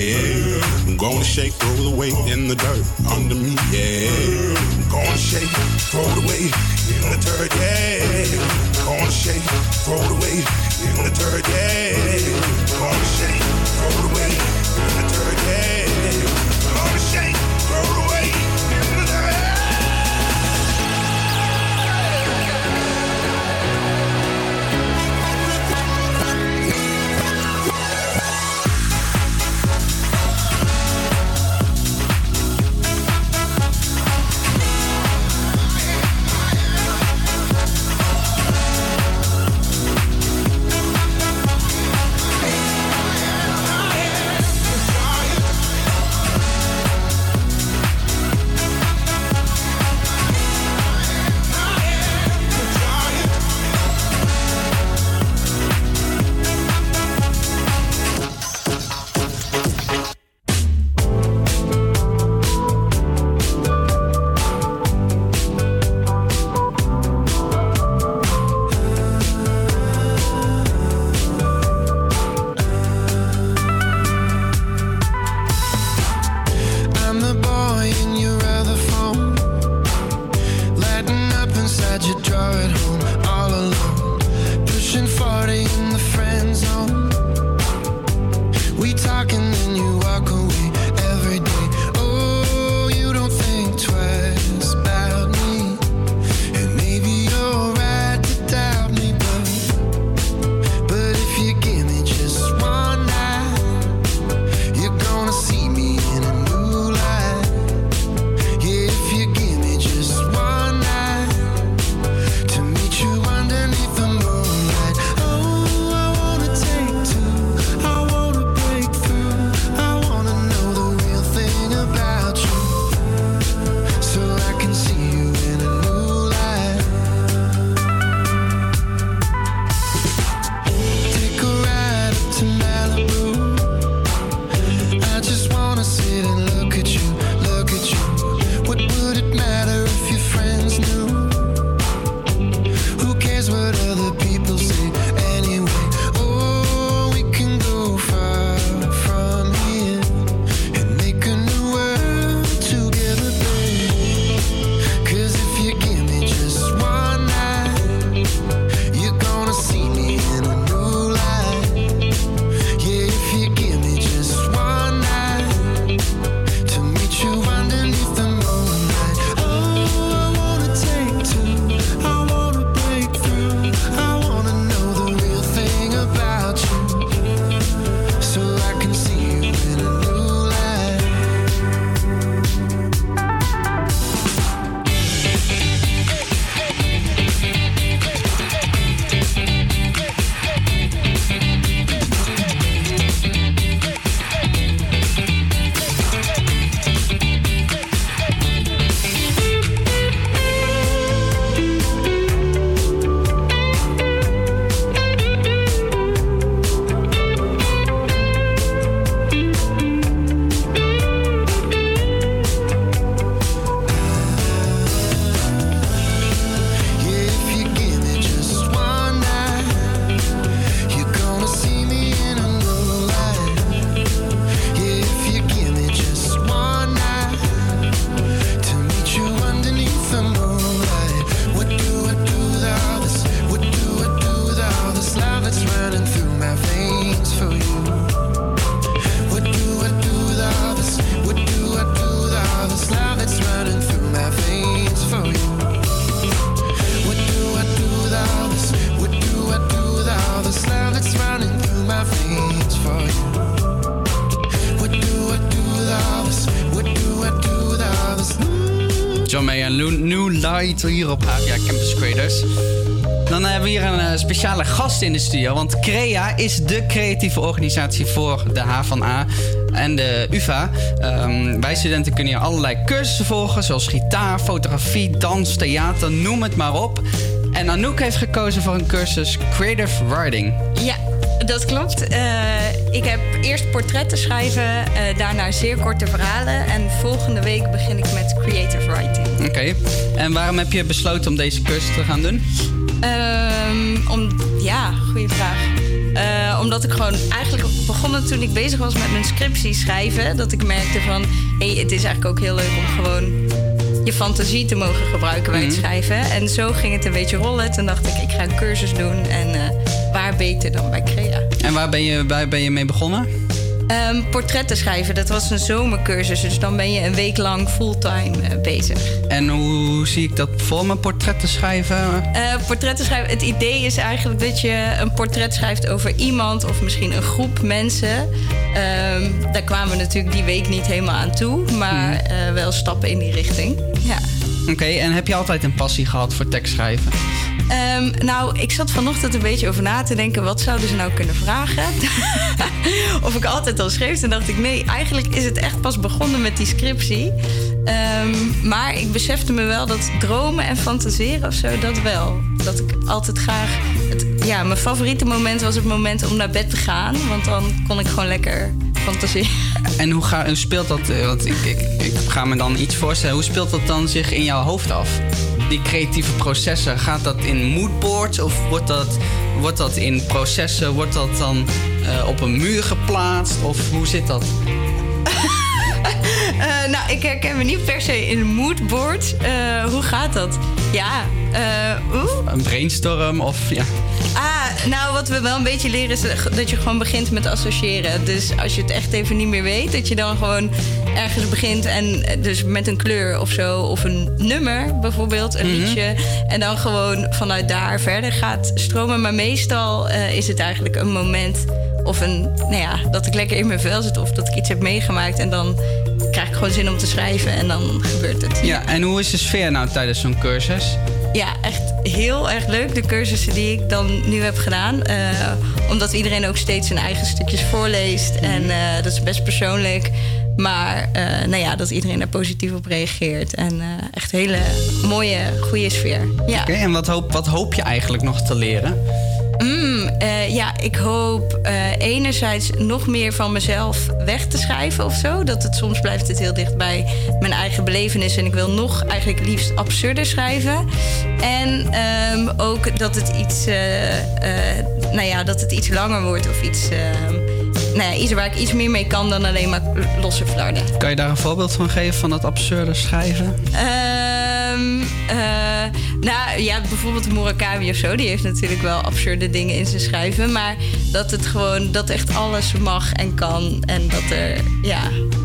Speaker 13: yeah. I'm gonna shake, throw the weight in the dirt under me, yeah. I'm gonna shake, throw the weight in the dirt, yeah. I'm gonna shake, throw the weight in the dirt, yeah. I'm gonna shake, throw the weight in the dirt, yeah. I'm gonna shake, throw the weight in the dirt.
Speaker 1: John Mayer en New Light hier op H V A Campus Creators. Dan hebben we hier een uh, speciale gast in de studio. Want CREA is de creatieve organisatie voor de H van A en de U vA. Um, wij studenten kunnen hier allerlei cursussen volgen. Zoals gitaar, fotografie, dans, theater, noem het maar op. En Anouk heeft gekozen voor een cursus Creative Writing.
Speaker 14: Ja, dat klopt. Uh, ik heb eerst portretten schrijven, uh, daarna zeer korte verhalen. En volgende week begin ik met Creative Writing.
Speaker 1: Oké. Okay. En waarom heb je besloten om deze cursus te gaan doen?
Speaker 14: Um, om, ja, goede vraag. Uh, omdat ik gewoon eigenlijk begonnen toen ik bezig was met mijn scriptie schrijven. Dat ik merkte van, hé, hey, het is eigenlijk ook heel leuk om gewoon je fantasie te mogen gebruiken bij het schrijven. En zo ging het een beetje rollen. Toen dacht ik, ik ga een cursus doen. En uh, waar beter dan bij Crea.
Speaker 1: En waar ben je, waar ben je mee begonnen?
Speaker 14: Um, portretten schrijven, dat was een zomercursus. Dus dan ben je een week lang fulltime uh, bezig.
Speaker 1: En hoe zie ik dat voor me, portretten schrijven?
Speaker 14: Uh, portretten schrijven, het idee is eigenlijk dat je een portret schrijft over iemand... of misschien een groep mensen. Um, daar kwamen we natuurlijk die week niet helemaal aan toe... maar uh, wel stappen in die richting, ja.
Speaker 1: Oké, okay, en heb je altijd een passie gehad voor tekstschrijven?
Speaker 14: Um, nou, ik zat vanochtend een beetje over na te denken... wat zouden ze nou kunnen vragen? Of ik altijd al schreef. Toen dacht ik, nee, eigenlijk is het echt pas begonnen met die scriptie. Um, maar ik besefte me wel dat dromen en fantaseren of zo, dat wel. Dat ik altijd graag... Het, ja, mijn favoriete moment was het moment om naar bed te gaan. Want dan kon ik gewoon lekker fantaseren.
Speaker 1: En hoe, ga, hoe speelt dat... Want ik, ik, ik ga me dan iets voorstellen. Hoe speelt dat dan zich in jouw hoofd af? Die creatieve processen, gaat dat in moodboards of wordt dat, wordt dat in processen? Wordt dat dan uh, op een muur geplaatst? Of hoe zit dat?
Speaker 14: uh, nou, ik herken me niet per se in moodboards. Uh, hoe gaat dat? Ja, uh, oeh.
Speaker 1: Een brainstorm of ja...
Speaker 14: Ah, nou, wat we wel een beetje leren is dat je gewoon begint met associëren. Dus als je het echt even niet meer weet, dat je dan gewoon ergens begint en dus met een kleur of zo, of een nummer bijvoorbeeld, een mm-hmm. liedje, en dan gewoon vanuit daar verder gaat stromen. Maar meestal uh, is het eigenlijk een moment of een, nou ja, dat ik lekker in mijn vel zit of dat ik iets heb meegemaakt en dan krijg ik gewoon zin om te schrijven en dan gebeurt het.
Speaker 1: Ja, en hoe is de sfeer nou tijdens zo'n cursus?
Speaker 14: Ja, echt heel erg leuk. De cursussen die ik dan nu heb gedaan. Uh, omdat iedereen ook steeds zijn eigen stukjes voorleest. En uh, dat is best persoonlijk. Maar uh, nou ja, dat iedereen daar positief op reageert. En uh, echt een hele mooie, goede sfeer. Ja.
Speaker 1: Oké, okay, en wat hoop, wat hoop je eigenlijk nog te leren?
Speaker 14: Mm, uh, ja, ik hoop uh, enerzijds nog meer van mezelf weg te schrijven of zo. Dat het soms blijft het heel dicht bij mijn eigen belevenis. En ik wil nog eigenlijk liefst absurder schrijven. En um, ook dat het iets, uh, uh, nou ja, dat het iets langer wordt of iets, uh, nou ja, iets waar ik iets meer mee kan dan alleen maar losse flarden.
Speaker 1: Kan je daar een voorbeeld van geven van dat absurde schrijven?
Speaker 14: Um, uh, nou ja, bijvoorbeeld Murakami of zo, die heeft natuurlijk wel absurde dingen in zijn schrijven, maar dat het gewoon, dat echt alles mag en kan en dat er, ja,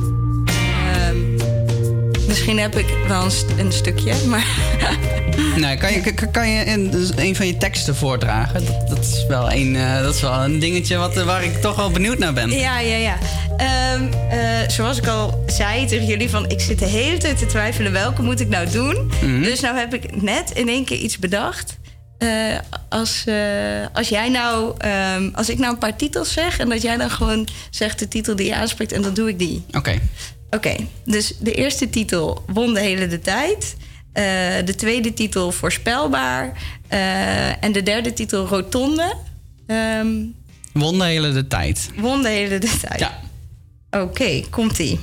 Speaker 14: um, misschien heb ik wel een, st- een stukje, maar...
Speaker 1: Nee, kan je, kan je een, een van je teksten voordragen? Dat, dat, is wel een, uh, dat is wel een dingetje wat, waar ik toch wel benieuwd naar ben.
Speaker 14: Ja, ja, ja. Um, uh, zoals ik al zei tegen jullie, van ik zit de hele tijd te twijfelen welke moet ik nou doen. Mm-hmm. Dus nou heb ik net in één keer iets bedacht. Uh, als, uh, als jij nou, um, als ik nou een paar titels zeg en dat jij dan gewoon zegt de titel die je aanspreekt en dan doe ik die.
Speaker 1: Oké. Okay.
Speaker 14: Oké, okay, dus de eerste titel won de hele de tijd. Uh, de tweede titel voorspelbaar. Uh, en de derde titel rotonde. Um,
Speaker 1: won de hele de tijd.
Speaker 14: Won de hele de tijd.
Speaker 1: Ja.
Speaker 14: Oké, okay, komt-ie.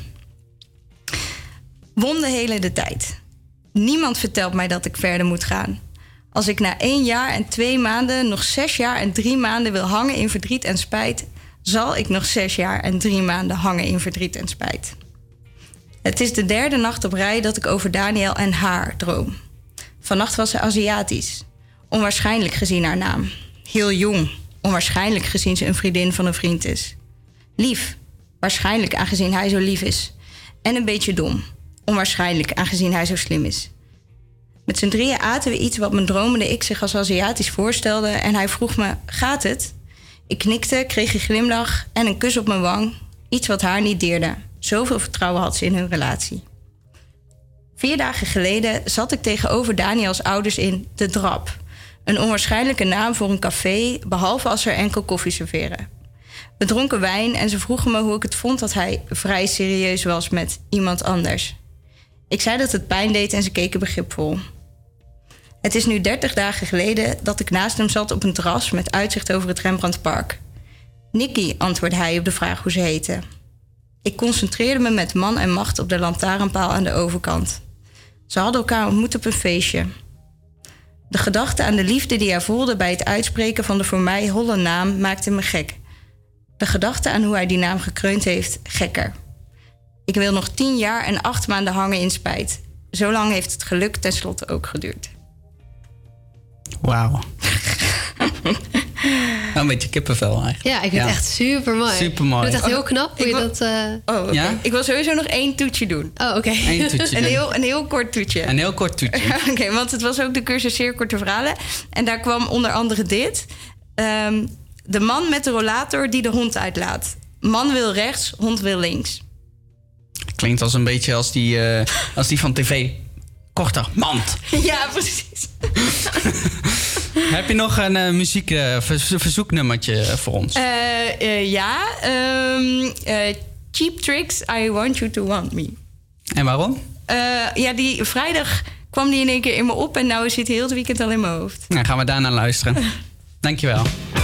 Speaker 14: Won de hele de tijd. Niemand vertelt mij dat ik verder moet gaan. Als ik na één jaar en twee maanden nog zes jaar en drie maanden wil hangen in verdriet en spijt, zal ik nog zes jaar en drie maanden hangen in verdriet en spijt. Het is de derde nacht op rij dat ik over Daniel en haar droom. Vannacht was ze Aziatisch. Onwaarschijnlijk gezien haar naam. Heel jong. Onwaarschijnlijk gezien ze een vriendin van een vriend is. Lief. Waarschijnlijk aangezien hij zo lief is. En een beetje dom. Onwaarschijnlijk aangezien hij zo slim is. Met z'n drieën aten we iets wat mijn dromende ik zich als Aziatisch voorstelde en hij vroeg me, gaat het? Ik knikte, kreeg een glimlach en een kus op mijn wang. Iets wat haar niet deerde. Zoveel vertrouwen had ze in hun relatie. Vier dagen geleden zat ik tegenover Daniels ouders in De Drap. Een onwaarschijnlijke naam voor een café, behalve als ze er enkel koffie serveren. We dronken wijn en ze vroegen me hoe ik het vond dat hij vrij serieus was met iemand anders. Ik zei dat het pijn deed en ze keken begripvol. Het is nu dertig dagen geleden dat ik naast hem zat op een terras met uitzicht over het Rembrandtpark. Nikki, antwoordde hij op de vraag hoe ze heette. Ik concentreerde me met man en macht op de lantaarnpaal aan de overkant. Ze hadden elkaar ontmoet op een feestje. De gedachte aan de liefde die hij voelde bij het uitspreken van de voor mij holle naam maakte me gek. De gedachte aan hoe hij die naam gekreund heeft, gekker. Ik wil nog tien jaar en acht maanden hangen in spijt. Zo lang heeft het geluk tenslotte ook geduurd.
Speaker 1: Wauw. Een beetje kippenvel eigenlijk.
Speaker 9: Ja, ik vind het echt super mooi.
Speaker 1: Super mooi.
Speaker 9: Ik vind het echt heel knap hoe
Speaker 14: Ik
Speaker 9: je
Speaker 14: wil-
Speaker 9: dat... eh,
Speaker 14: Oh, oké.
Speaker 1: Ja?
Speaker 14: Ik wil sowieso nog één toetje doen.
Speaker 9: Oh, oké.
Speaker 1: Eén toetje
Speaker 14: Een
Speaker 1: doen.
Speaker 14: heel, een heel kort toetje.
Speaker 1: Een heel kort toetje.
Speaker 14: Oké, want het was ook de cursus zeer korte verhalen. En daar kwam onder andere dit. Ehm, de man met de rollator die de hond uitlaat. Man wil rechts, hond wil links.
Speaker 1: Klinkt als een beetje als die, eh, als die van tv. Korter, mand.
Speaker 14: Ja, precies.
Speaker 1: Heb je nog een uh, muziek uh, ver- verzoeknummertje voor ons?
Speaker 14: Eh, eh, ja, ehm, eh, Cheap Tricks, I Want You To Want Me.
Speaker 1: En waarom?
Speaker 14: Eh, ja, die vrijdag kwam die in één keer in me op... en nou zit hij heel het weekend al in mijn hoofd.
Speaker 1: Nou, gaan we daarna luisteren. Dankjewel.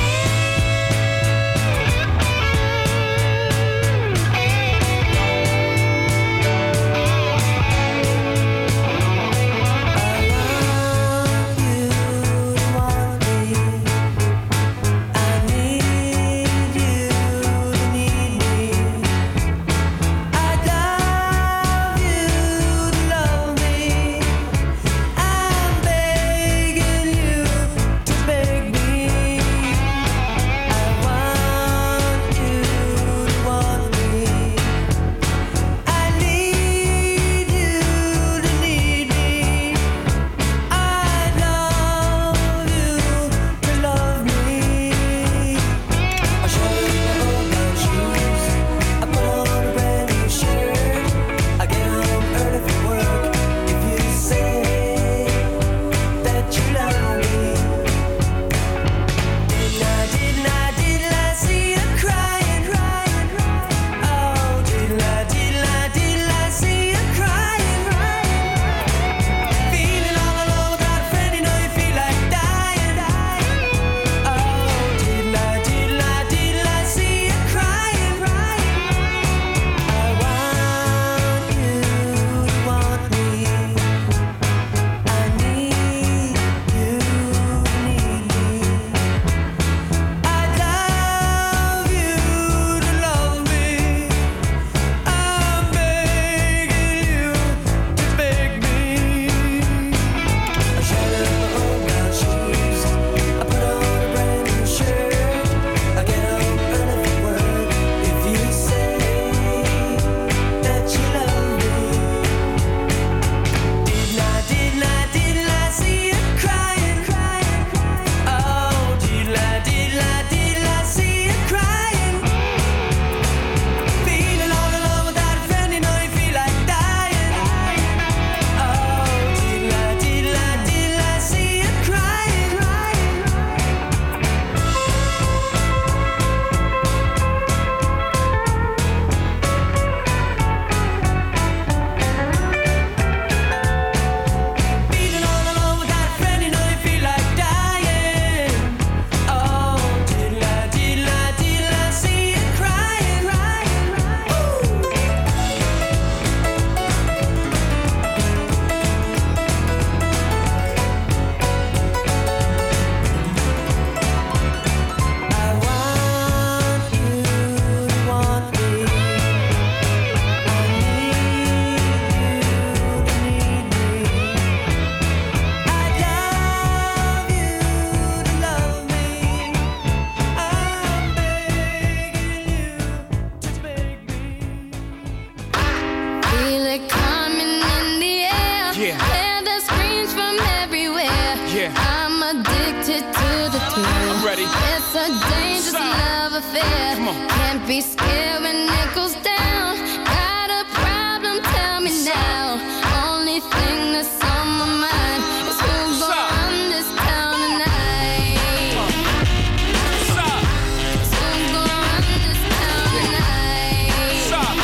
Speaker 15: Can't be scared when it goes down. Got a problem, tell me now. Only thing that's on my mind is who's gonna run this town tonight. Is who's gonna run this town tonight.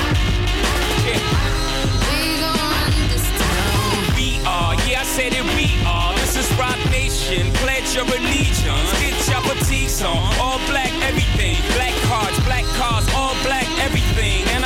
Speaker 15: We gonna run this town.
Speaker 16: We are, yeah, I said it, we are. This is Rock Nation. Pledge your allegiance. Get your boutiques on. All black everything. Black cards, black cars, all black everything. And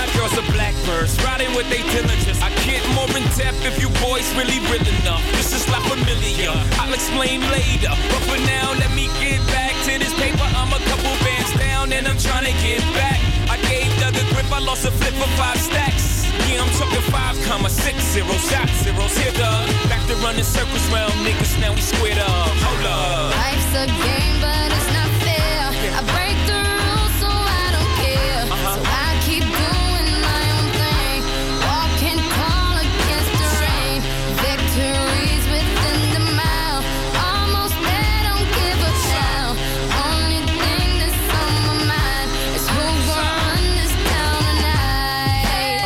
Speaker 16: with their diligence. I get more in depth if you boys really real enough. This is like familiar, I'll explain later. But for now, let me get back to this paper. I'm a couple bands down and I'm trying to get back. I gave Doug a grip, I lost a flip for five stacks. Yeah, I'm talking five comma six zero shot zeros. Here, Doug, back to running circles round niggas, now we squared up. Hold up.
Speaker 15: Life's a game, but it's not fair. I break the rules, so I don't care. So I keep doing my own thing. Walking tall against the rain. Victories within the mile. Almost there, don't give a damn. Only thing that's on my mind is who gon' run this town tonight.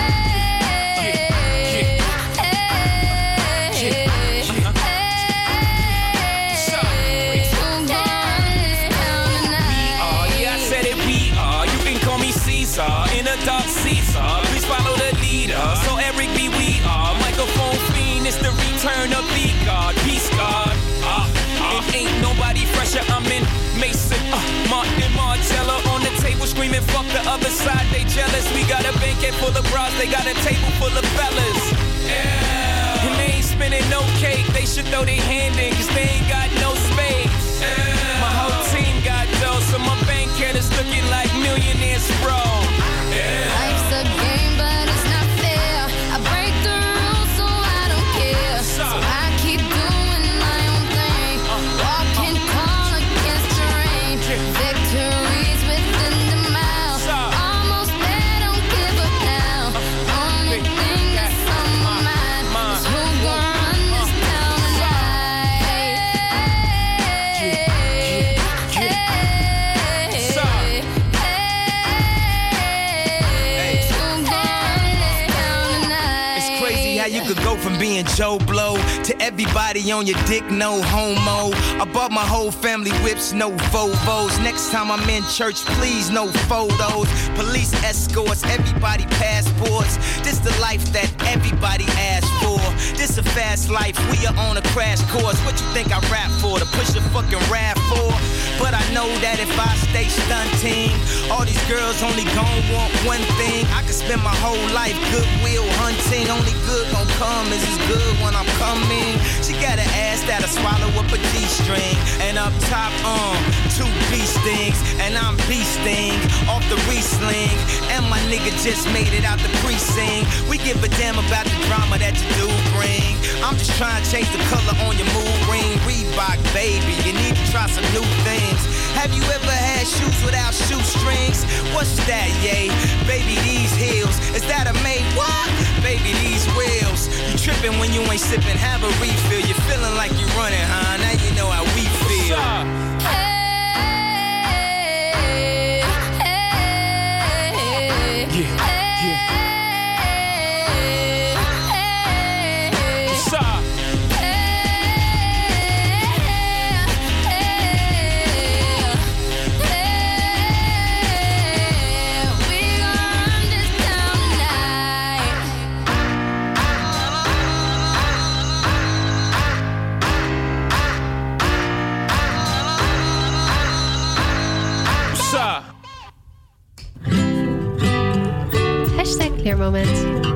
Speaker 16: In a dark Caesar, please follow the leader. So Eric B. We are microphone fiend. It's the return of the God, peace God. Uh, uh, it ain't nobody fresher. I'm in Mason, uh, Martin Margiela on the table screaming, fuck the other side. They jealous. We got a banquet full of bras. They got a table full of fellas. Yeah. And they ain't spinning no cake. They should throw their hand in, cause they ain't got no space. Yeah. My whole team got dough, so my bank account is looking like millionaires, bro. Yeah.
Speaker 15: Life's a game, but it's not fair. I break the rules, so I don't care. So I keep doing my own thing. Walking tall against the rain. Victories within the mile. Almost there, don't give up now. Only thing that's on my mind is who gon' run this town tonight.
Speaker 17: How you could go from being Joe Blow to everybody on your dick, no homo. I bought my whole family whips, no Volvos. Next time I'm in church, please, no photos. Police escorts, everybody passports. This the life that everybody asks for. This a fast life, we are on a crash course. What you think I rap for? To push a fucking rap for? But I know that if I stay stunting, all these girls only gon' want one thing. I could spend my whole life goodwill hunting. Only good gon' come is as good when I'm coming. She got an ass that'll swallow up a G-string. And up top, um, two beast things. And I'm beasting off the re-sling. And my nigga just made it out the precinct. We give a damn about the drama that you do bring. I'm just trying to change the color on your mood ring. Reebok, baby, you need to try some new things. Have you ever had shoes without shoestrings? What's that, yay? Baby, these heels, is that a made what? Baby, these wheels. You tripping when you ain't sipping, have a refill. You feeling like you running, huh? Now you know how we feel.
Speaker 16: Yeah, yeah. What's up?
Speaker 9: Hashtag leermoment.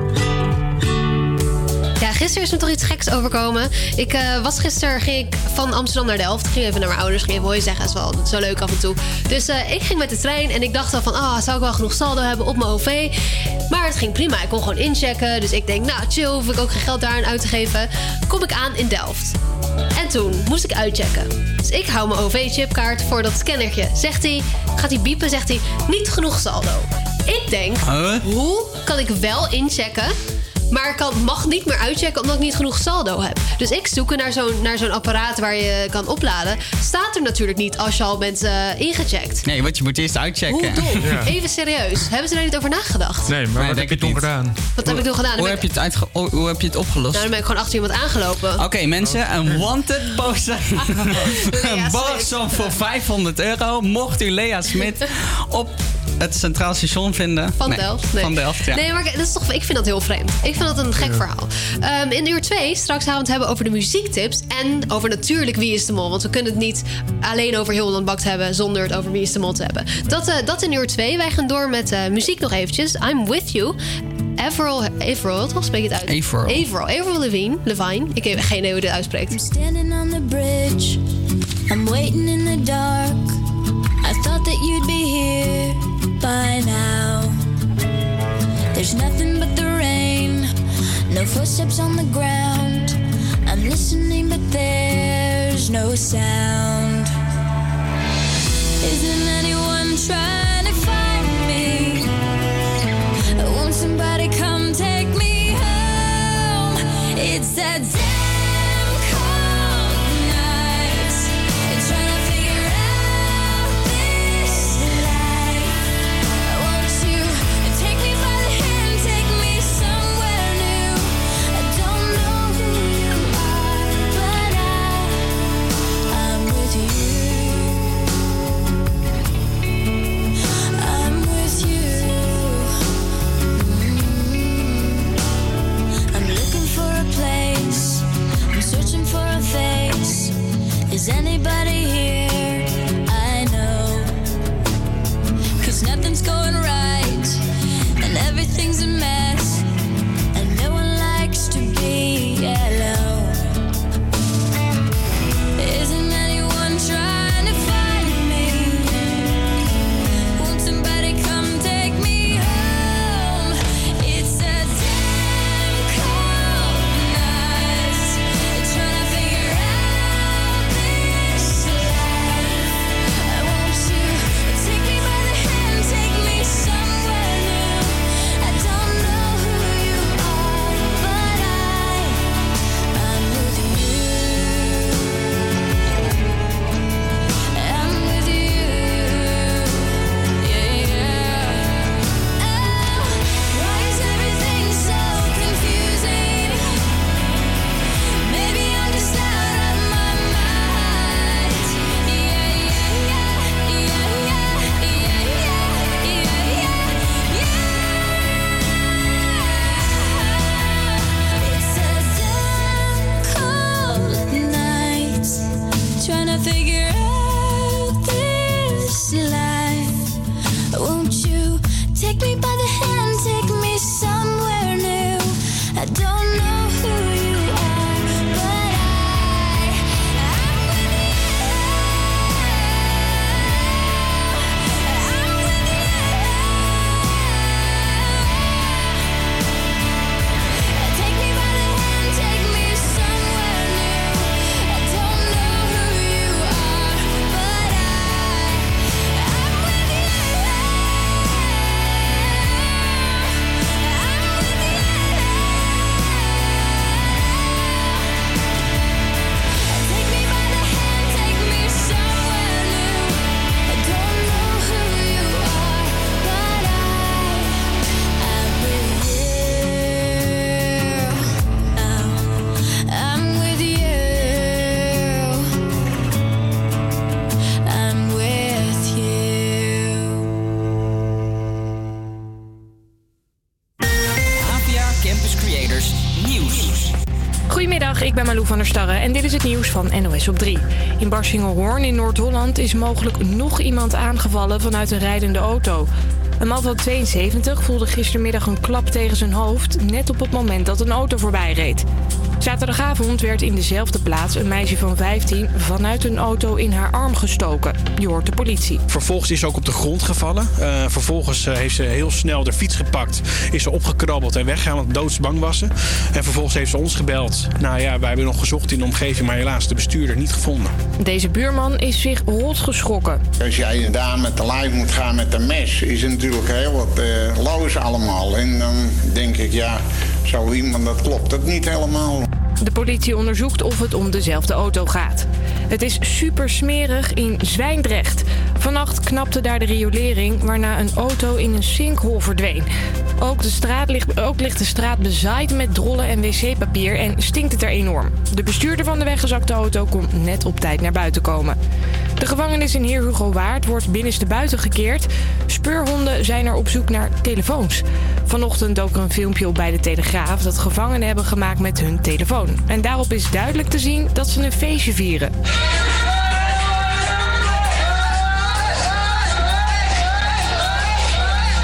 Speaker 9: Ja, gisteren is me toch iets geks overkomen. Ik uh, was gisteren, ging ik van Amsterdam naar Delft. Ging even naar mijn ouders, ging even hoi zeggen. Dat is wel, dat is wel leuk af en toe. Dus uh, ik ging met de trein en ik dacht al van... ah, oh, zou ik wel genoeg saldo hebben op mijn O V? Maar het ging prima, ik kon gewoon inchecken. Dus ik denk, nou chill, hoef ik ook geen geld daaraan uit te geven. Kom ik aan in Delft. En toen moest ik uitchecken. Dus ik hou mijn O V-chipkaart voor dat scannertje. Zegt hij, gaat hij biepen, zegt hij, niet genoeg saldo. Ik denk, huh? Hoe kan ik wel inchecken... maar ik kan, mag niet meer uitchecken omdat ik niet genoeg saldo heb. Dus ik zoek naar zo'n, naar zo'n apparaat waar je kan opladen. Staat er natuurlijk niet als je al bent uh, ingecheckt.
Speaker 1: Nee, want je moet eerst uitchecken.
Speaker 9: Hoe dom? Ja. Even serieus. Hebben ze daar niet over nagedacht?
Speaker 8: Nee, maar nee, wat heb je toen gedaan?
Speaker 9: Wat heb ik toen gedaan?
Speaker 1: Hoe heb, je het uitge- hoe heb je het opgelost?
Speaker 9: Nou, dan ben ik gewoon achter iemand aangelopen.
Speaker 1: Oké, okay, mensen. Een wanted poster. Een borgsom voor vijfhonderd euro. Mocht u Lea Smit op... het Centraal Station vinden.
Speaker 9: Van
Speaker 1: nee,
Speaker 9: Delft. Nee.
Speaker 1: Van Delft, ja.
Speaker 9: Nee, maar dat is toch, ik vind dat heel vreemd. Ik vind dat een gek ja. verhaal. Um, in uur twee, straks gaan we het hebben over de muziektips. En over natuurlijk Wie is de Mol. Want we kunnen het niet alleen over Heel Holland Bakt hebben... zonder het over Wie is de Mol te hebben. Dat, uh, dat in uur twee. Wij gaan door met uh, muziek nog eventjes. I'm With You. Avril, Avril, toch spreek je het uit?
Speaker 1: Avril.
Speaker 9: Avril, Avril Lavigne. Levine. Ik heb geen idee hoe dit uitspreekt.
Speaker 10: I'm standing on the bridge. I'm waiting in the dark. I thought that you'd be here by now. There's nothing but the rain. No footsteps on the ground. I'm listening, but there's no sound. Isn't anyone trying to find me? Won't somebody come take me home? It's that damn cold night. Trying to figure out this life. Won't you take me by the hand, take me somewhere new? I don't know who you are, but I, I'm with you. I'm with you. Mm. I'm looking for a place. I'm searching for a face. Is anybody here? I know. 'Cause nothing's going right. And everything's a mess. And no one likes to be alone. Isn't anyone trying to find me? Won't somebody come take me home? It's a damn cold night. Trying to figure out this life. Won't you take me by the hand, take me somewhere new? I don't know who you are, but I, I'm with you. I'm with you. Yeah, yeah. Oh, why is everything so confusing? Maybe I'm just out of my mind. Yeah, yeah, yeah, yeah, yeah, yeah, yeah, yeah, yeah. It's a damn cold night. Trying to figure out this life. Won't you take me by the hand, take me somewhere new? I don't know who you are, but I, I'm with you. I'm with you. Take me by the hand, take me somewhere new. I don't know who you are, but I, I'm with you. Take me by the hand, take me somewhere new. I don't know who you are, but I, I'm with you. I'm with you. I'm with you.
Speaker 12: A P A Campus Creators Nieuws.
Speaker 2: Goedemiddag, ik ben Malou van der Starre en dit is het nieuws van N O S op drie. In Barsingelhoorn in Noord-Holland is mogelijk nog iemand aangevallen vanuit een rijdende auto. Een man van tweeënzeventig voelde gistermiddag een klap tegen zijn hoofd, net op het moment dat een auto voorbij reed. Zaterdagavond werd in dezelfde plaats een meisje van vijftien vanuit een auto in haar arm gestoken. Je hoort de politie.
Speaker 3: Vervolgens is ze ook op de grond gevallen. Uh, vervolgens uh, heeft ze heel snel de fiets gepakt. Is ze opgekrabbeld en weggegaan, want doodsbang was ze. En vervolgens heeft ze ons gebeld. Nou ja, wij hebben nog gezocht in de omgeving, maar helaas de bestuurder niet gevonden.
Speaker 2: Deze buurman is zich rot geschrokken.
Speaker 4: Als jij daar met de lijf moet gaan met een mes, is het natuurlijk heel wat uh, loos allemaal. En dan denk ik, ja, zo iemand, dat klopt dat niet helemaal.
Speaker 2: De politie onderzoekt of het om dezelfde auto gaat. Het is super smerig in Zwijndrecht. Vannacht knapte daar de riolering, waarna een auto in een sinkhole verdween. Ook, de straat ligt, ook ligt de straat bezaaid met drollen en wc-papier en stinkt het er enorm. De bestuurder van de weggezakte auto kon net op tijd naar buiten komen. De gevangenis in Heer Hugo Waard wordt binnenstebuiten gekeerd. Speurhonden zijn er op zoek naar telefoons. Vanochtend dook er een filmpje op bij de Telegraaf dat gevangenen hebben gemaakt met hun telefoon. En daarop is duidelijk te zien dat ze een feestje vieren.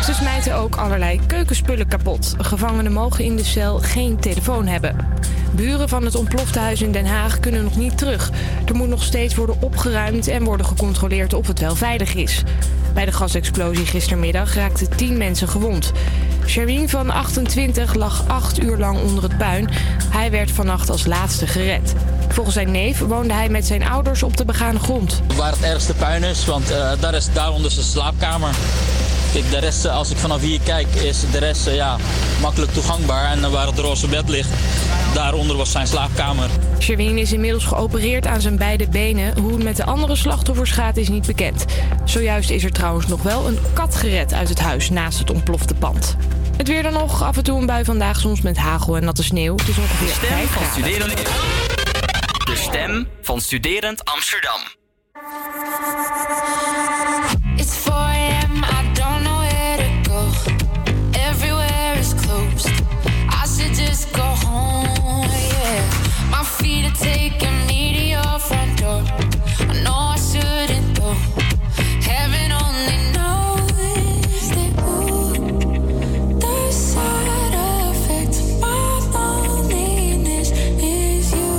Speaker 2: Ze smijten ook allerlei keukenspullen kapot. Gevangenen mogen in de cel geen telefoon hebben. Buren van het ontplofte huis in Den Haag kunnen nog niet terug. Er moet nog steeds worden opgeruimd en worden gecontroleerd of het wel veilig is. Bij de gasexplosie gistermiddag raakten tien mensen gewond. Sherwin van achtentwintig lag acht uur lang onder het puin. Hij werd vannacht als laatste gered. Volgens zijn neef woonde hij met zijn ouders op de begane grond.
Speaker 5: Waar het ergste puin is, want uh, daar is daaronder zijn slaapkamer. Kijk, de rest, als ik vanaf hier kijk, is de rest uh, ja, makkelijk toegankbaar. En uh, waar het roze bed ligt, daaronder was zijn slaapkamer.
Speaker 2: Sherwin is inmiddels geopereerd aan zijn beide benen. Hoe het met de andere slachtoffers gaat is niet bekend. Zojuist is er trouwens nog wel een kat gered uit het huis naast het ontplofte pand. Het weer dan nog, af en toe een bui vandaag, soms met hagel en natte sneeuw. Het is ongeveer vijf graden.
Speaker 12: De stem van Studerend Amsterdam.
Speaker 15: It's four a.m. I don't know where to go. Everywhere is closed. I should just go home, yeah. My feet are taking me to your front door. I know I shouldn't go. Heaven only knows that, ooh, the side effect of my loneliness is you.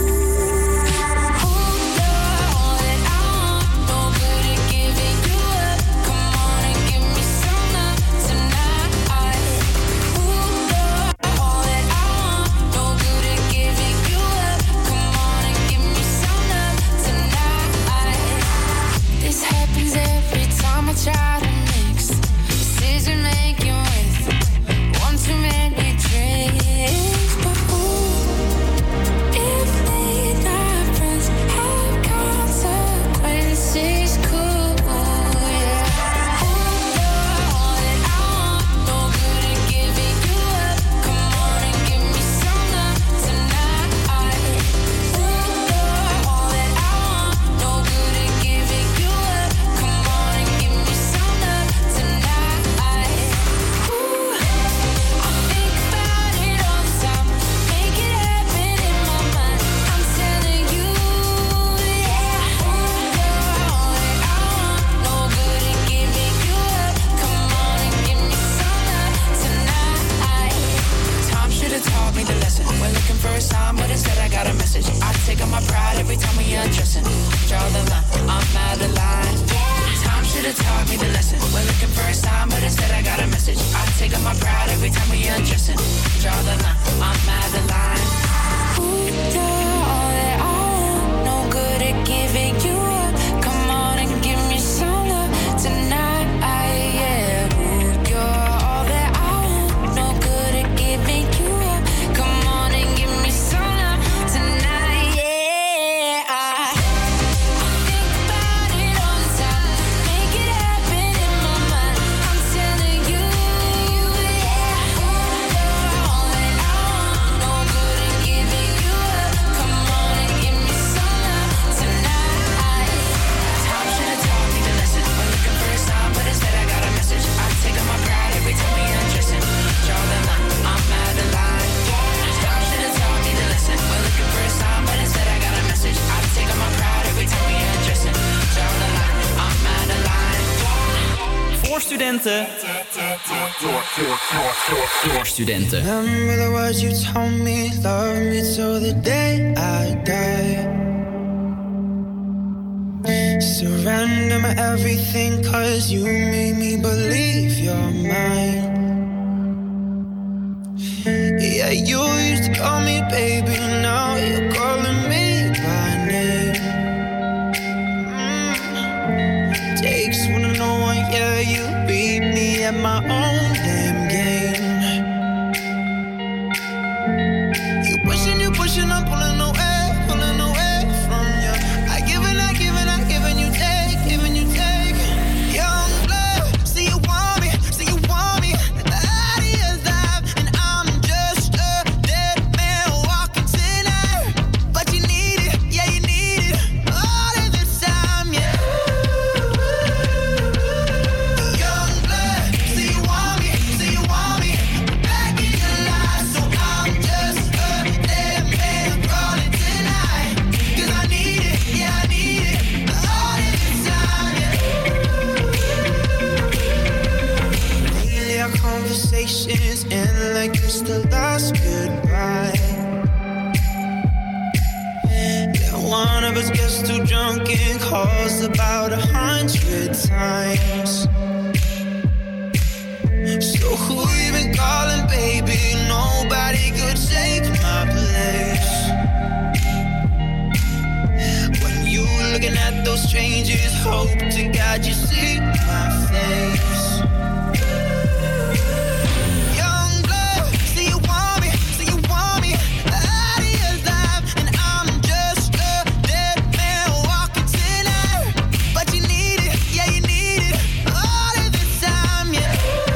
Speaker 15: Try to mix decision making with one too many drinks, but ooh, if they not friends have consequences, cool, yeah. Ooh, you're all that I want, no good at giving you up. Come on and give me some love tonight. Ooh, you're all that I want, no good at giving you up. Come on and give me some love tonight. Ooh, I think about it all the time. Make it happen in my mind. I'm telling you, yeah. Ooh, you're all that I want. No good at giving you up. Come on and give me some love tonight.
Speaker 18: Time should have taught me the lesson. We're looking for a sign, but instead I got a message. I take on my pride every time we undressing. Draw the line, I'm out of line. Time should have taught me the lesson. We're looking for a sign, but instead I got a message. I take on my pride every time we undressing. Draw the line, I'm out of line.
Speaker 15: Ooh, you're all that I want. No good at giving you up. Come on and give me some love tonight. Yeah. Ooh, you're all that I want. No good at giving you up. Come on and give me some love tonight. Yeah. I, I think about it all the time. Make it happen in my mind. I'm telling you, yeah. Ooh, you're all that I want. No good at giving you up. Come on and give me some love tonight.
Speaker 18: Time should have taught me the lesson. We're looking for a sign, but instead I got a message. I take on my pride every time we undressing. Draw the line, I'm out of line. Time should have taught me the lesson. We're looking for a sign, but instead I got a message. I take on my pride every time we undressing. Draw the line, I'm out of line.
Speaker 12: Voor studenten. Door, door, door, door, door studenten.
Speaker 6: Remember the words you told me, love me till the day I die. Surrender my everything, cause you made me believe you're mine. Yeah, you used to call me baby, now you're calling me by name. Mm. Takes one to know one, yeah, you beat me at my own damn game. You pushing, you pushing, I'm pulling away, pulling away from you. I give and I give and I give and you take, give and you take. Young blood, see you want me, see you want me. The idea's live and I'm just a dead man walking tonight. But you kiss the last goodbye. Yeah, one of us gets too drunk and calls about a hundred times. So who you been calling, baby? Nobody could take my place. When you looking at those strangers, hope to God you see my face. Young blood, say you want me, say you want me out of your life, and I'm just a dead man walking tonight. But you need it, yeah you need it all of the time, yeah.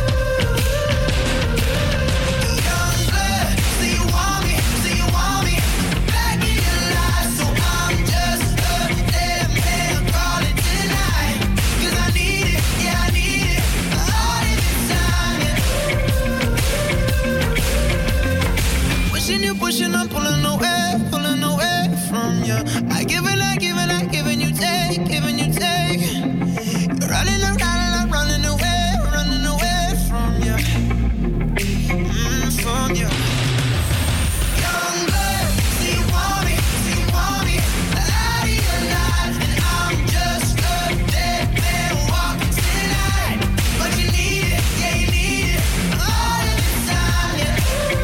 Speaker 6: Pushing, I'm pulling away, pulling away from you. I give it, I give it, I give it, you take, giving you take. You're running around and I'm running away, running away from you, mm, from you. Young blood, see you want me, see you want me out of your life, and I'm just a dead man walking tonight. But you need it, yeah you need it all of the time, yeah.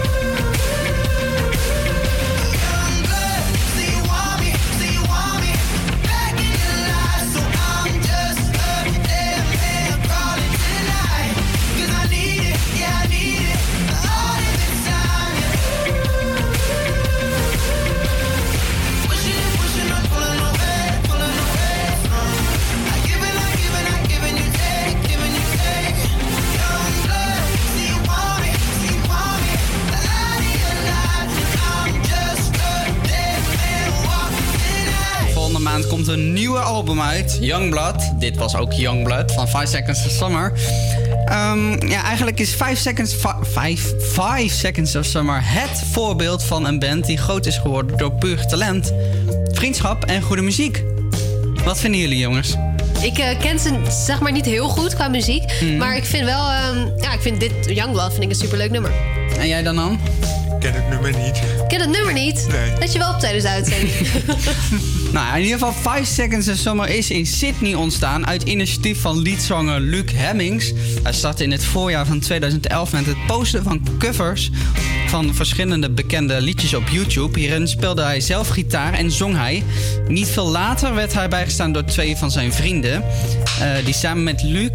Speaker 1: Volgende maand komt een nieuwe album uit, Youngblood. Dit was ook Youngblood van five Seconds of Summer. Um, ja, eigenlijk is five Seconds, five Seconds of Summer het voorbeeld van een band die groot is geworden door puur talent, vriendschap en goede muziek. Wat vinden jullie, jongens?
Speaker 9: Ik uh, ken ze zeg maar niet heel goed qua muziek. Mm. Maar ik vind wel, um, ja, ik vind dit Youngblood vind ik een superleuk nummer.
Speaker 1: En jij dan, dan?
Speaker 8: Ik ken het nummer niet.
Speaker 9: Ik ken het nummer niet?
Speaker 8: Nee.
Speaker 9: Let je wel op tijdens de uitzending.
Speaker 1: Nou, in ieder geval five Seconds of Summer is in Sydney ontstaan uit initiatief van leadzanger Luc Hemmings. Hij startte in het voorjaar van tweeduizend elf met het posten van covers van verschillende bekende liedjes op YouTube. Hierin speelde hij zelf gitaar en zong hij. Niet veel later werd hij bijgestaan door twee van zijn vrienden, uh, die samen met Luc...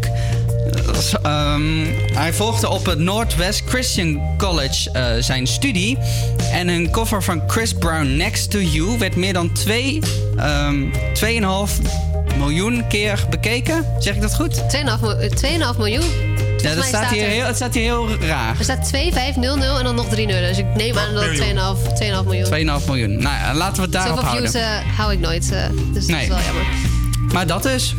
Speaker 1: Um, hij volgde op het Northwest Christian College uh, zijn studie. En een cover van Chris Brown, Next to You, werd meer dan twee komma vijf miljoen keer bekeken. Zeg ik dat goed?
Speaker 9: twee komma vijf miljoen?
Speaker 1: Ja, dat staat, hier
Speaker 9: er,
Speaker 1: heel, het staat hier heel raar.
Speaker 9: Er staat twee vijf nul nul en dan nog drie nullen. Dus ik neem aan dat het twee komma vijf miljoen.
Speaker 1: twee komma vijf miljoen. Nou, laten we het daarop
Speaker 9: Zoveel
Speaker 1: houden.
Speaker 9: Zoveel views uh, hou ik nooit. Uh, dus
Speaker 1: nee.
Speaker 9: dat is wel jammer.
Speaker 1: Maar dat dus.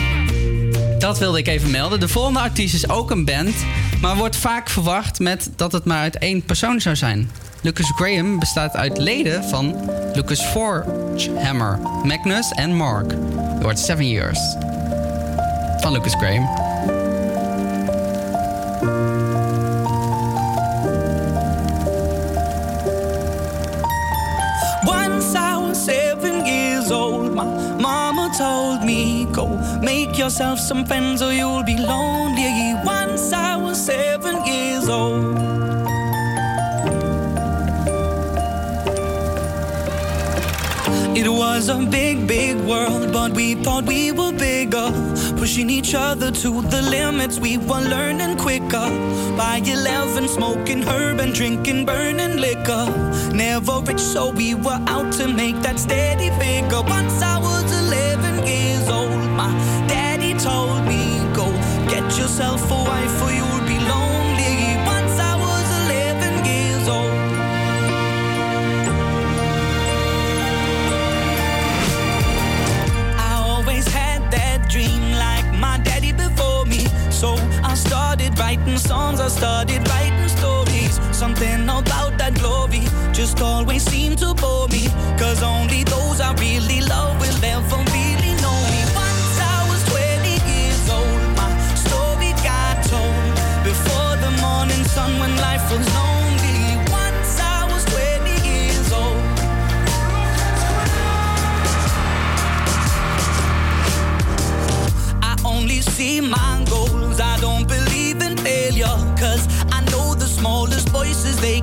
Speaker 1: Dat wilde ik even melden. De volgende artiest is ook een band, maar wordt vaak verwacht met dat het maar uit één persoon zou zijn. Lucas Graham bestaat uit leden van Lucas Forgehammer, Magnus en Mark. Je hoort Seven Years van Lucas Graham.
Speaker 6: Once I was seven years old, my mama told me, go make yourself some friends or you'll be lonely. Once I was seven years old. It was a big, big world, but we thought we were bigger. Pushing each other to the limits, we were learning quicker. By eleven, smoking herb and drinking burning liquor. Never rich, so we were out to make that steady figure. Once I was eleven years old, my daddy told me, go get yourself a wife or you'll be lonely. Once I was eleven years old. Dream like my daddy before me. So I started writing songs, I started writing stories. Something about that glory just always seemed to bore me. Cause only those I really love will ever really know me. Once I was twenty years old, my story got told. Before the morning sun when life was lonely.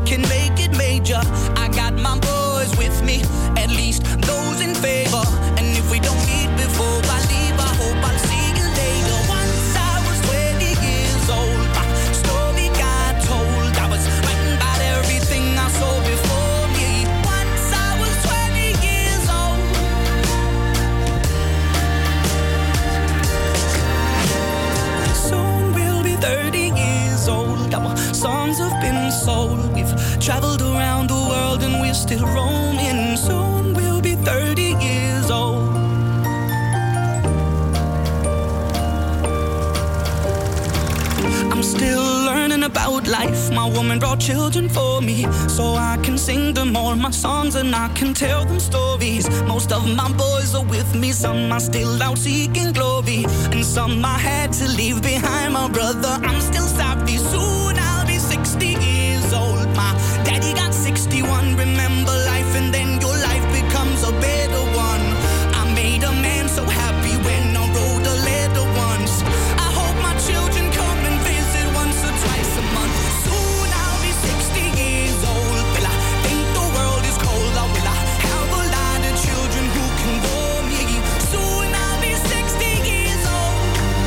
Speaker 19: can make it major. I got my boys with me, at least those in favor. And if we don't meet before I leave, I hope I'll see you later. Once I was twenty years old, my story got told. I was writing about everything I saw before me. Once I was twenty years old. Soon we'll be thirty years old. Our songs have been sold. We've traveled around the world and we're still roaming. Soon we'll be thirty years old. I'm still learning about life. My woman brought children for me, so I can sing them all my songs and I can tell them stories. Most of my boys are with me, some are still out seeking glory, and some I had to leave behind. My brother, I'm still sorry. Soon I'll be sixty years old. My daddy got sixty-one. Remember life and then your life becomes a better one. I made a man so happy when I wrote a letter once. I hope my children come and visit once or twice a month. Soon I'll be sixty years old. Will I think the world is cold, or will I have a lot of children who can warm me? Soon I'll be sixty years old.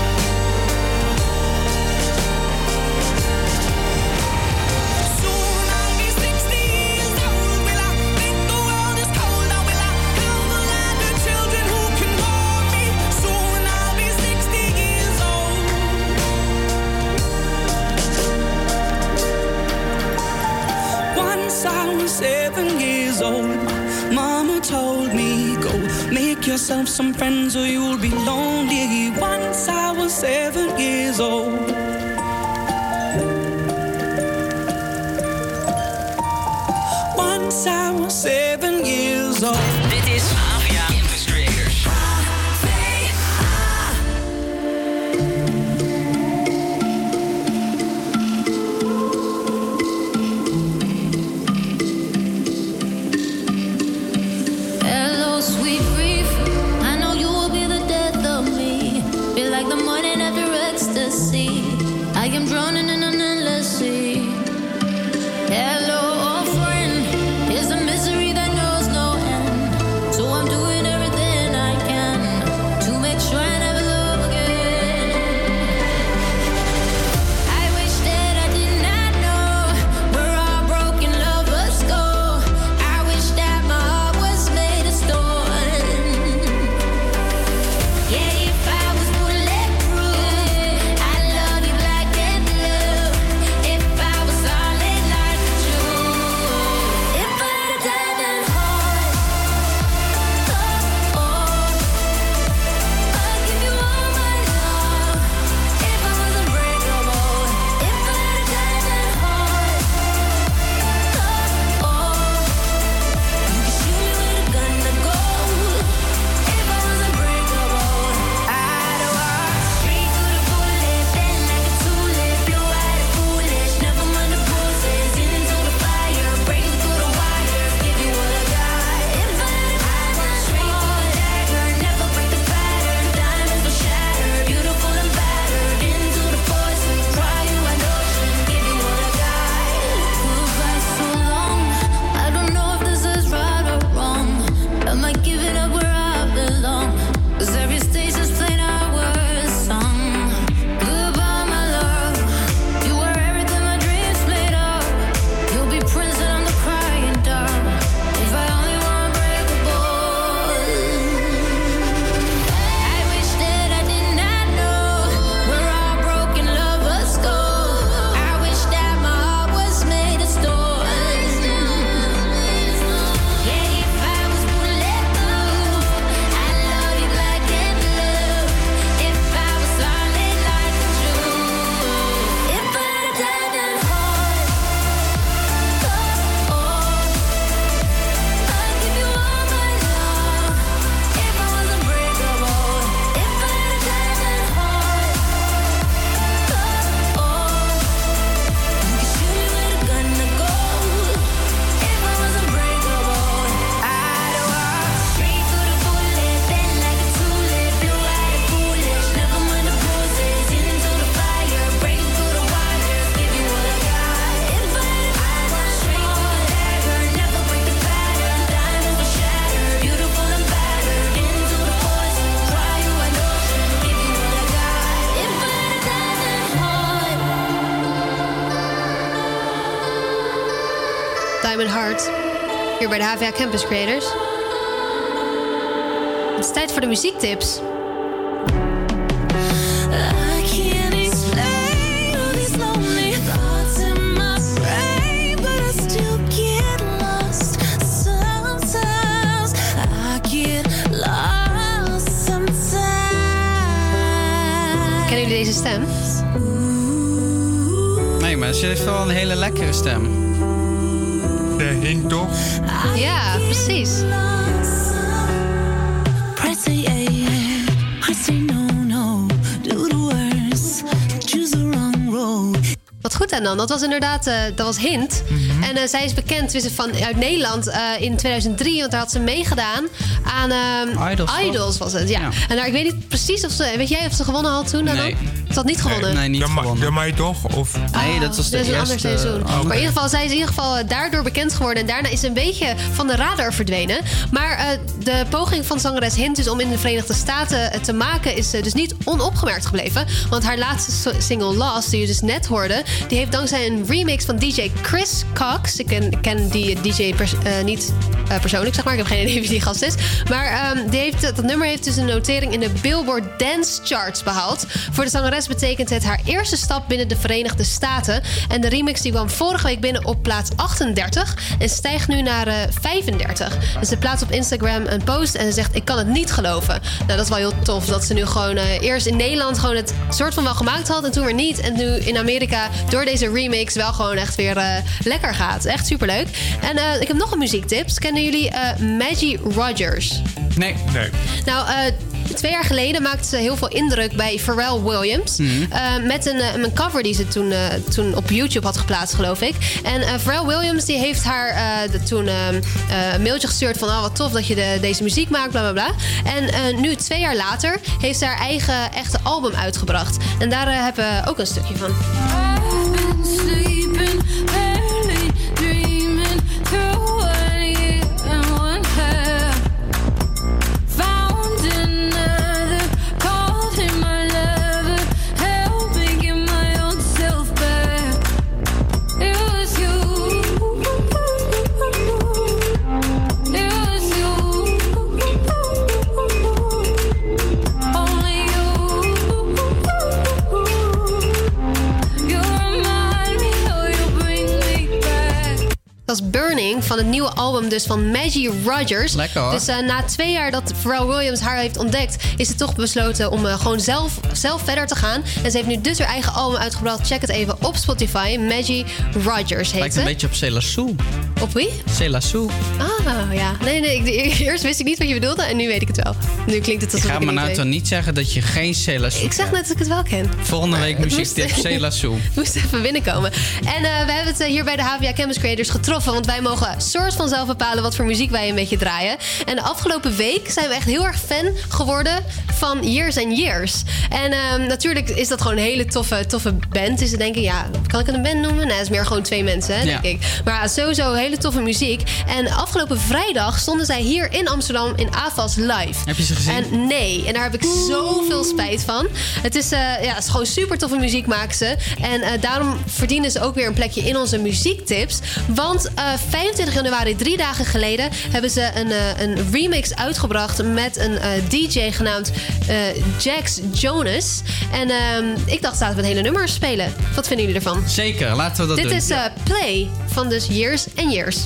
Speaker 19: Soon I'll be sixty years old. Will I think the world is cold, or will I have a lot of children who can warm me? Soon I'll be sixty years old. Once I was seven years old. Mama told me, go make yourself some friends or you'll be lonely. Once I was seven years old. Once I was seven years old.
Speaker 12: Dit is Avia Campus Creators.
Speaker 15: Hello, sweet brief. I know you will be the death of me. Feel like the morning after ecstasy. I am drowning in an endless sea. Hello, old friend. Here's a misery that knows no end. So I'm doing everything I can to make sure I never love again. I wish that I did not know where our broken lovers go. I wish that my heart was made of stone. Yeah, if I was bulletproof, I love you black and blue. If I was solid like a Jew,
Speaker 9: Diamond Heart. Hier bij de H V A Campus Creators. Het is tijd voor de muziektips. Kennen jullie deze stem?
Speaker 1: Nee, maar ze heeft wel een hele lekkere stem.
Speaker 8: De hint toch?
Speaker 9: Ja, precies. Wat goed aan dan. Dat was inderdaad, uh, dat was Hint. Mm-hmm. En uh, zij is bekend dus van, uit Nederland uh, in tweeduizend drie. Want daar had ze meegedaan aan uh,
Speaker 1: Idols,
Speaker 9: Idols was het, ja. ja. En daar, ik weet niet precies of ze... Weet jij of ze gewonnen had toen?
Speaker 1: Nee.
Speaker 9: Dan? Ze had niet gewonnen.
Speaker 1: Nee, nee niet
Speaker 8: de
Speaker 1: gewonnen.
Speaker 8: De Mai toch? Of...
Speaker 1: Nee, dat was de
Speaker 9: dat is
Speaker 1: eerste.
Speaker 9: Een ander seizoen.
Speaker 1: Uh,
Speaker 9: maar in ieder geval, zij is in ieder geval daardoor bekend geworden. En daarna is ze een beetje van de radar verdwenen. Maar uh, de poging van zangeres Hint dus om in de Verenigde Staten te maken... is uh, dus niet onopgemerkt gebleven. Want haar laatste single Lost, die je dus net hoorde... die heeft dankzij een remix van D J Chris Cox... Ik ken, ken die D J pers- uh, niet uh, persoonlijk, zeg maar. Ik heb geen idee wie die gast is. Maar um, die heeft, dat nummer heeft dus een notering in de Billboard Dance Charts behaald. Voor de zangeres betekent het haar eerste stap binnen de Verenigde Staten. En de remix die kwam vorige week binnen op plaats achtendertig... en stijgt nu naar uh, vijfendertig. Dus ze plaatst op Instagram een post en ze zegt... ik kan het niet geloven. Nou, dat is wel heel tof dat ze nu gewoon... Uh, eerst in Nederland gewoon het soort van wel gemaakt had... en toen weer niet. En nu in Amerika door deze remix wel gewoon echt weer uh, lekker gaat. Echt superleuk. En uh, ik heb nog een muziektips. Kennen jullie uh, Maggie Rogers?
Speaker 1: Nee.
Speaker 8: Nee.
Speaker 9: Nou, uh, twee jaar geleden maakte ze heel veel indruk bij Pharrell Williams. Mm-hmm. Uh, met een, een cover die ze toen, uh, toen op YouTube had geplaatst, geloof ik. En uh, Pharrell Williams die heeft haar uh, de, toen uh, uh, een mailtje gestuurd van... oh, wat tof dat je de, deze muziek maakt, bla bla bla. En uh, nu, twee jaar later, heeft ze haar eigen echte album uitgebracht. En daar uh, hebben we ook een stukje van.
Speaker 15: Sleeping, barely dreaming through one year and one half. Found another, called him my lover, helped me get my old self back. It was you. It was you. Only you. You remind me how you bring me back.
Speaker 9: Dat is Burning van het nieuwe album dus van Maggie Rogers.
Speaker 1: Lekker hoor.
Speaker 9: Dus uh, na twee jaar dat Pharrell Williams haar heeft ontdekt... is ze toch besloten om uh, gewoon zelf, zelf verder te gaan. En ze heeft nu dus haar eigen album uitgebracht. Check het even op Spotify. Maggie Rogers heet
Speaker 1: Lijkt
Speaker 9: ze.
Speaker 1: een beetje op Céla Sou.
Speaker 9: Op wie?
Speaker 1: Céla Sou.
Speaker 9: Ah, ja. Nee, nee. Ik, eerst wist ik niet wat je bedoelde en nu weet ik het wel. Nu klinkt het alsof
Speaker 1: Ik
Speaker 9: ik
Speaker 1: ga
Speaker 9: het
Speaker 1: maar
Speaker 9: niet
Speaker 1: nou
Speaker 9: weet.
Speaker 1: toch niet zeggen dat je geen Céla Sou
Speaker 9: Ik zeg net dat ik het wel ken.
Speaker 1: Volgende week
Speaker 9: Maar-
Speaker 1: muziektip
Speaker 9: moest-
Speaker 1: Céla Sou.
Speaker 9: Moest even binnenkomen. En uh, we hebben het uh, hier bij de H V A Campus Creators getroffen. Want wij mogen soort van zelf bepalen wat voor muziek wij een beetje draaien. En de afgelopen week zijn we echt heel erg fan geworden van Years and Years. En uh, natuurlijk is dat gewoon een hele toffe, toffe band. Dus ze denken, ja, kan ik het een band noemen? Nee, het is meer gewoon twee mensen, hè, denk
Speaker 1: Ja.
Speaker 9: ik. Maar uh, sowieso hele toffe muziek. En afgelopen vrijdag stonden zij hier in Amsterdam in A F A S Live.
Speaker 1: Heb je ze gezien?
Speaker 9: En nee, en daar heb ik zoveel spijt van. Het is, uh, ja, het is gewoon super toffe muziek maken ze. En uh, daarom verdienen ze ook weer een plekje in onze muziektips. Want uh, vijfentwintig januari, drie dagen geleden... hebben ze een, uh, een remix uitgebracht met een uh, D J genaamd uh, Jax Jonas. En uh, ik dacht, laten we het hele nummer spelen. Wat vinden jullie ervan?
Speaker 1: Zeker, laten we dat
Speaker 9: Dit
Speaker 1: doen.
Speaker 9: is uh, Play van dus Years and Years.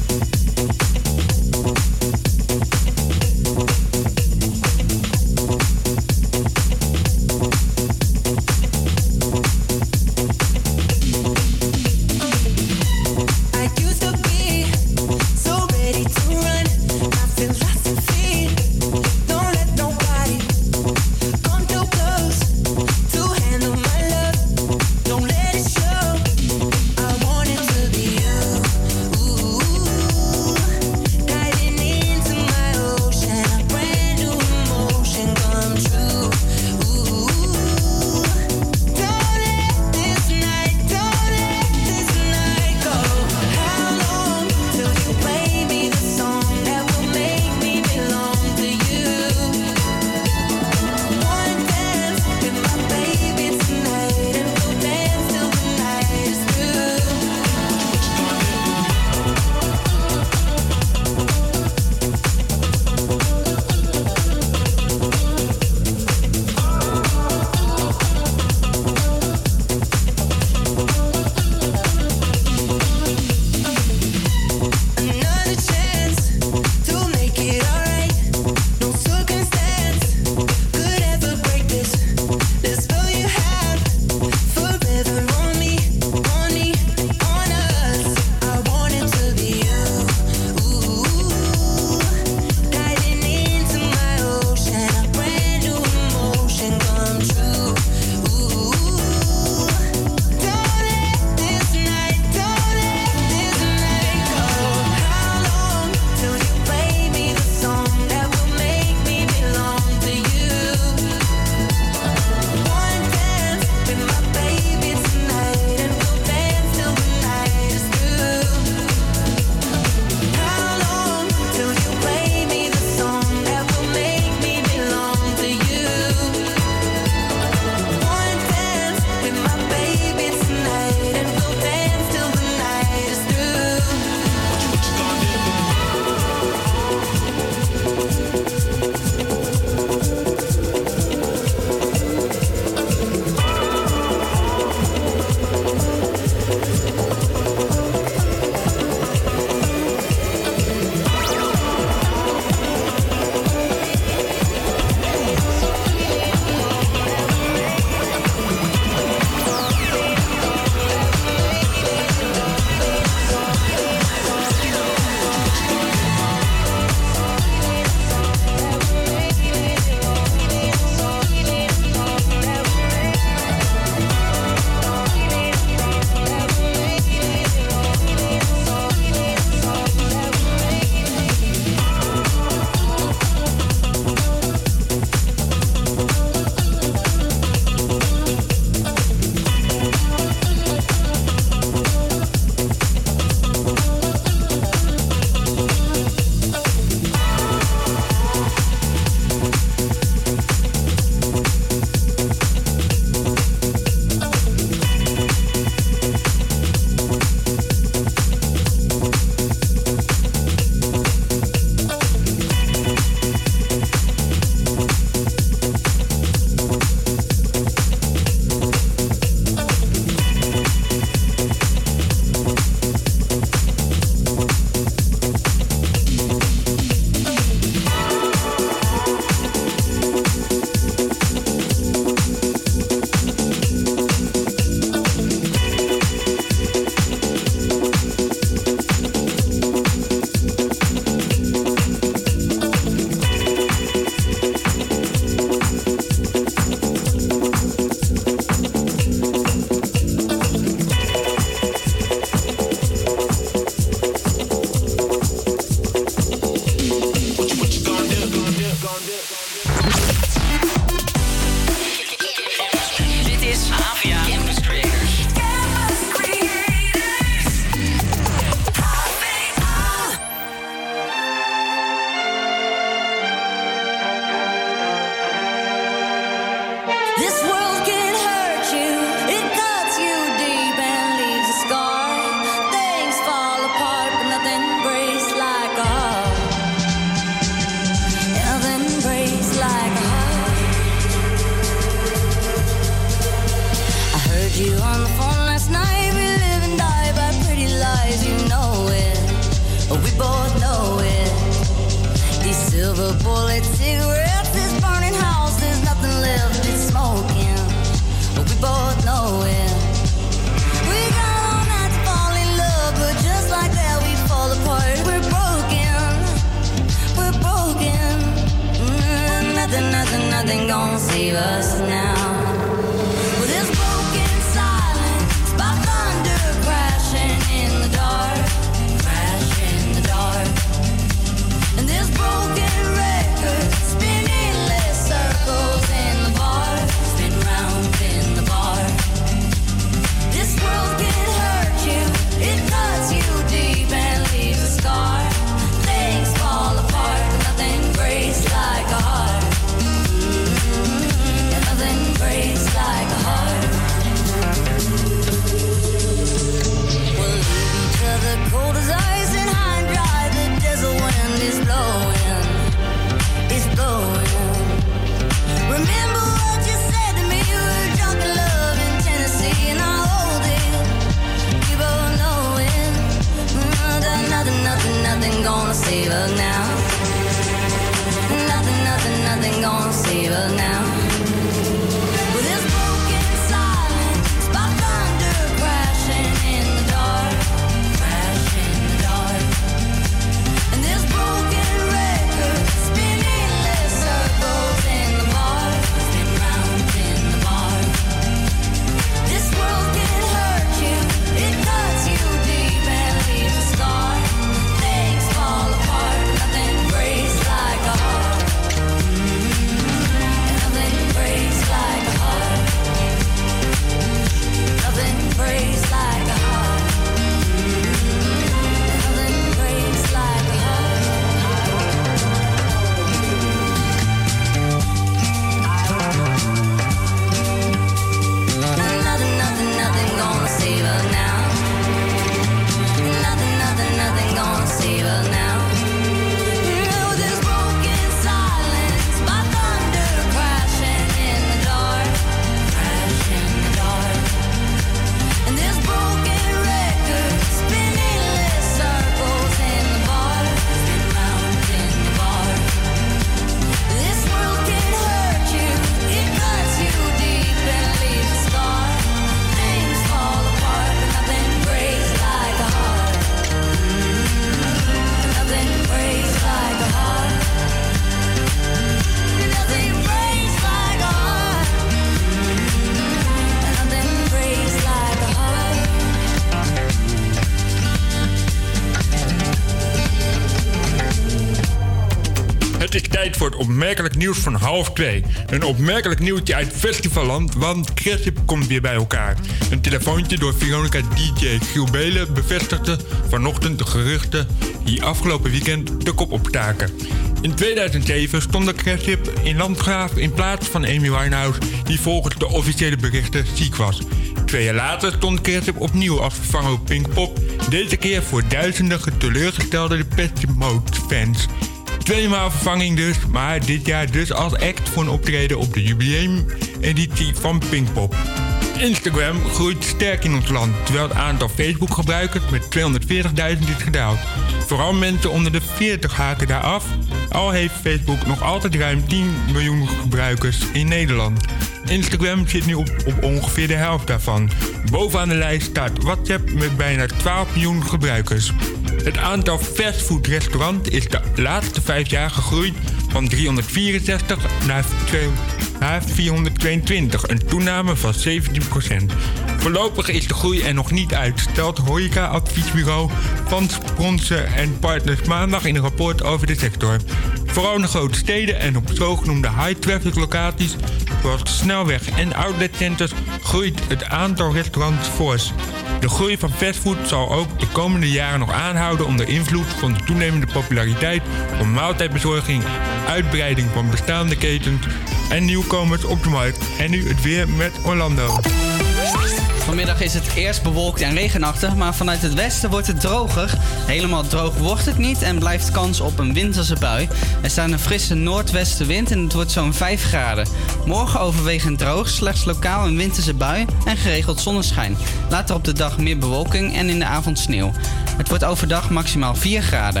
Speaker 8: Tijd voor het opmerkelijk nieuws van half twee. Een opmerkelijk nieuwtje uit Festivalland, want Cressip komt weer bij elkaar. Een telefoontje door Veronica D J Giel Belen bevestigde vanochtend de geruchten die afgelopen weekend de kop opstaken. In tweeduizend zeven stond de Cressip in Landgraaf in plaats van Amy Winehouse, die volgens de officiële berichten ziek was. Twee jaar later stond Cressip opnieuw als vervanger op Pinkpop, deze keer voor duizenden teleurgestelde Depeche Mode fans. Tweemaal vervanging dus, maar dit jaar dus als act voor een optreden op de jubileumeditie van Pinkpop. Instagram groeit sterk in ons land, terwijl het aantal Facebook-gebruikers met tweehonderdveertigduizend is gedaald. Vooral mensen onder de veertig haken daar af, al heeft Facebook nog altijd ruim tien miljoen gebruikers in Nederland. Instagram zit nu op, op ongeveer de helft daarvan. Bovenaan de lijst staat WhatsApp met bijna twaalf miljoen gebruikers. Het aantal fastfoodrestaurants is de laatste vijf jaar gegroeid van driehonderdvierenzestig naar vierhonderdtweeëntwintig, een toename van zeventien procent. Voorlopig is de groei er nog niet uit, stelt horeca-adviesbureau Van Spronsen en Partners maandag in een rapport over de sector. Vooral in de grote steden en op zogenoemde high-traffic locaties, zoals snelweg en outletcenters, groeit het aantal restaurants fors. De groei van fastfood zal ook de komende jaren nog aanhouden onder invloed van de toenemende populariteit van maaltijdbezorging, uitbreiding van bestaande ketens en nieuwkomers op de markt. En nu het weer met Orlando.
Speaker 1: Vanmiddag is het eerst bewolkt en regenachtig, maar vanuit het westen wordt het droger. Helemaal droog wordt het niet en blijft kans op een winterse bui. Er staat een frisse noordwestenwind en het wordt zo'n vijf graden. Morgen overwegend droog, slechts lokaal een winterse bui en geregeld zonneschijn. Later op de dag meer bewolking en in de avond sneeuw. Het wordt overdag maximaal vier graden.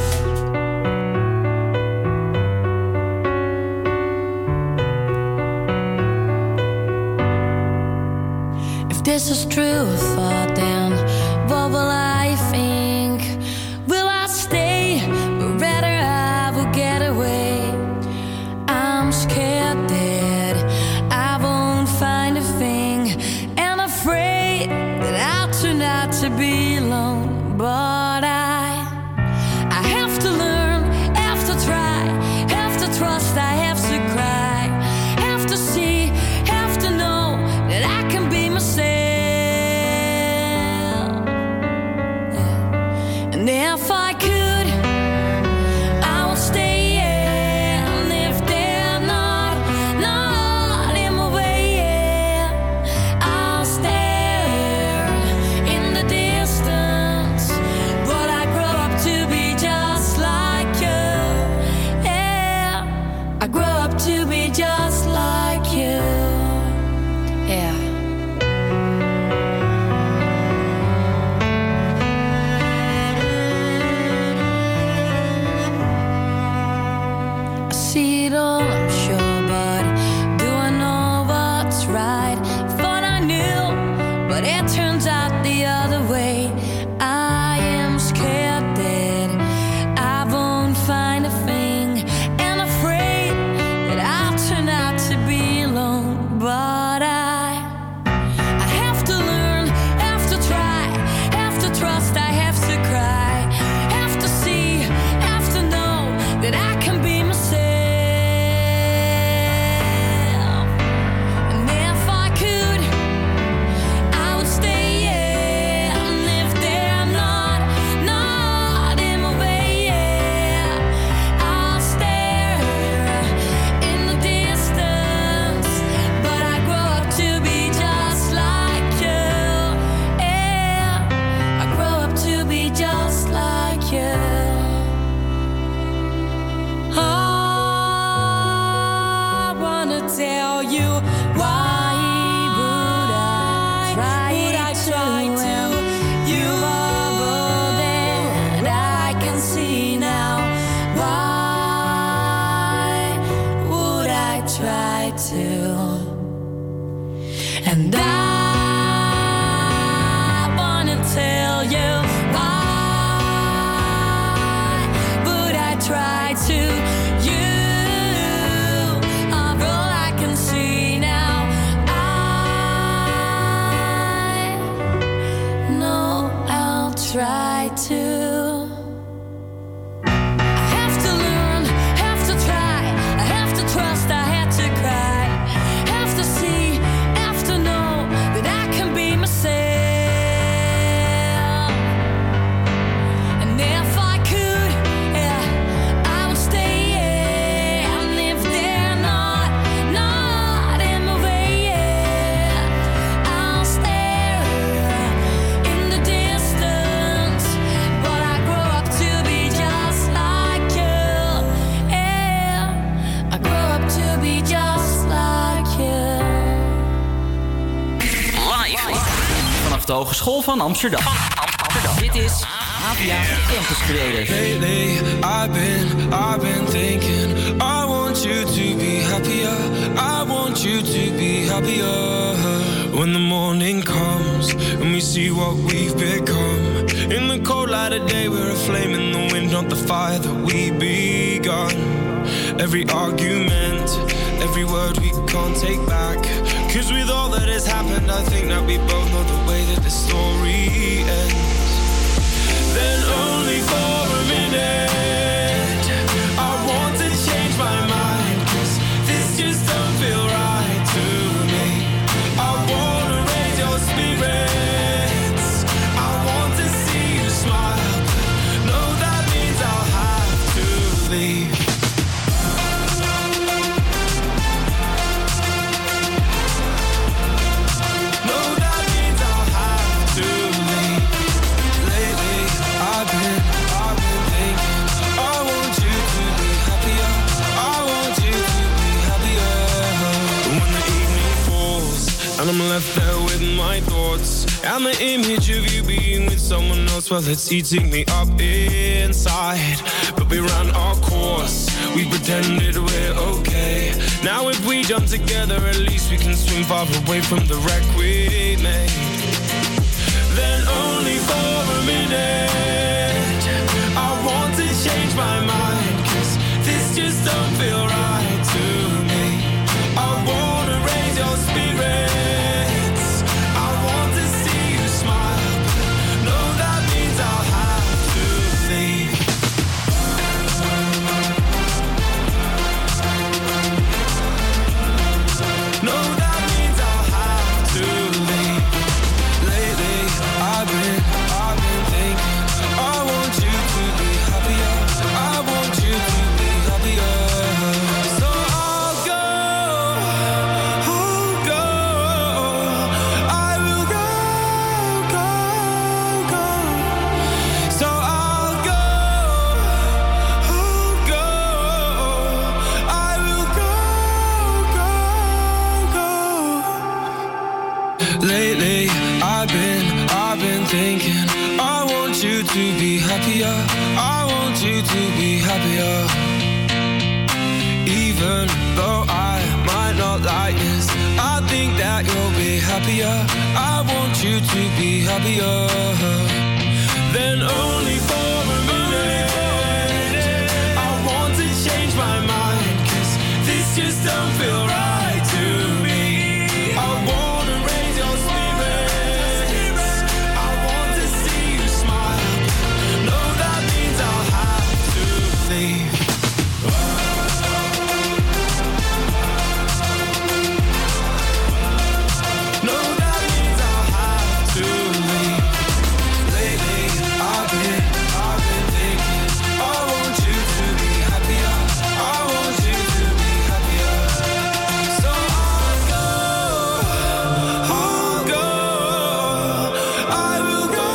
Speaker 10: This is true thought, then what will I think? Will I stay, or rather I will get away? I'm scared that I won't find a thing, and afraid that I'll turn out to be alone. But I, I have to learn, have to try, have to trust, I have to cry, have to see, have to know that I can be myself. If I could, I would stay. And if they're not, not in my way, yeah, I'll stare in the distance. But I grow up to be just like you. Yeah, I grow up to be just like you. Yeah. See it all, I'm sure, but do I know what's right? Thought I knew, but it turns out the other way. I am scared that I won't find a thing, and afraid that I'll turn out to be alone. But I, I have to learn, have to try, have to trust, I have to cry, have to see, have to know that I can be myself. Stay
Speaker 12: de Hogeschool van Amsterdam. Dit is Havia Campus Creators.
Speaker 6: Lately, I've been, I've been thinking, I want you to be happier. I want you to be happier. When the morning comes and we see what we've become. In the cold light of day, we're a flame in the wind, not the fire that we begun. Every argument, every word we can't take back. Cause with all that has happened, I think that we both know the way that the story ends. Then only for a minute I want to change my mind, cause this just don't feel right to me. I wanna raise your spirits, I want to see you smile, but no, that means I'll have to leave. No, that means I'll have to leave. Lately, I've been, I've been thinking, I want you to be happier. I want you to be happier. When the evening falls and I'm left there with my thoughts and the image of you being with someone else, well, it's eating me up inside. But we ran our course, we pretended we're okay. Now if we jump together, at least we can swim far away from the wreck we made. Then only for a minute I want to change my mind, cause this just don't feel right to me. I wanna raise your spirits, I want to see you smile, but no, that means I'll have to leave. No, that means I'll have to leave. Lately, I've been, I've been thinking, I want you to be happier. I want you to be happier. So I'll go, I'll go, I will go, go, go. So I'll go, I'll go, I will go, go, go. Lately, I've been, I've been thinking, I want you to be happier. I want you to be happier. Even though I might not like this, I think that you'll be happier. I want you to be happier. Then only for a minute I want to change my mind, cause this just don't feel right to me. I wanna raise your spirits, I want to see you smile. No, that means I'll have to leave. No, that means I'll have to leave. Lately, I've been, I've been thinking, I want you to be happier. I want you to be happier. So I'll go, I'll go, I will go,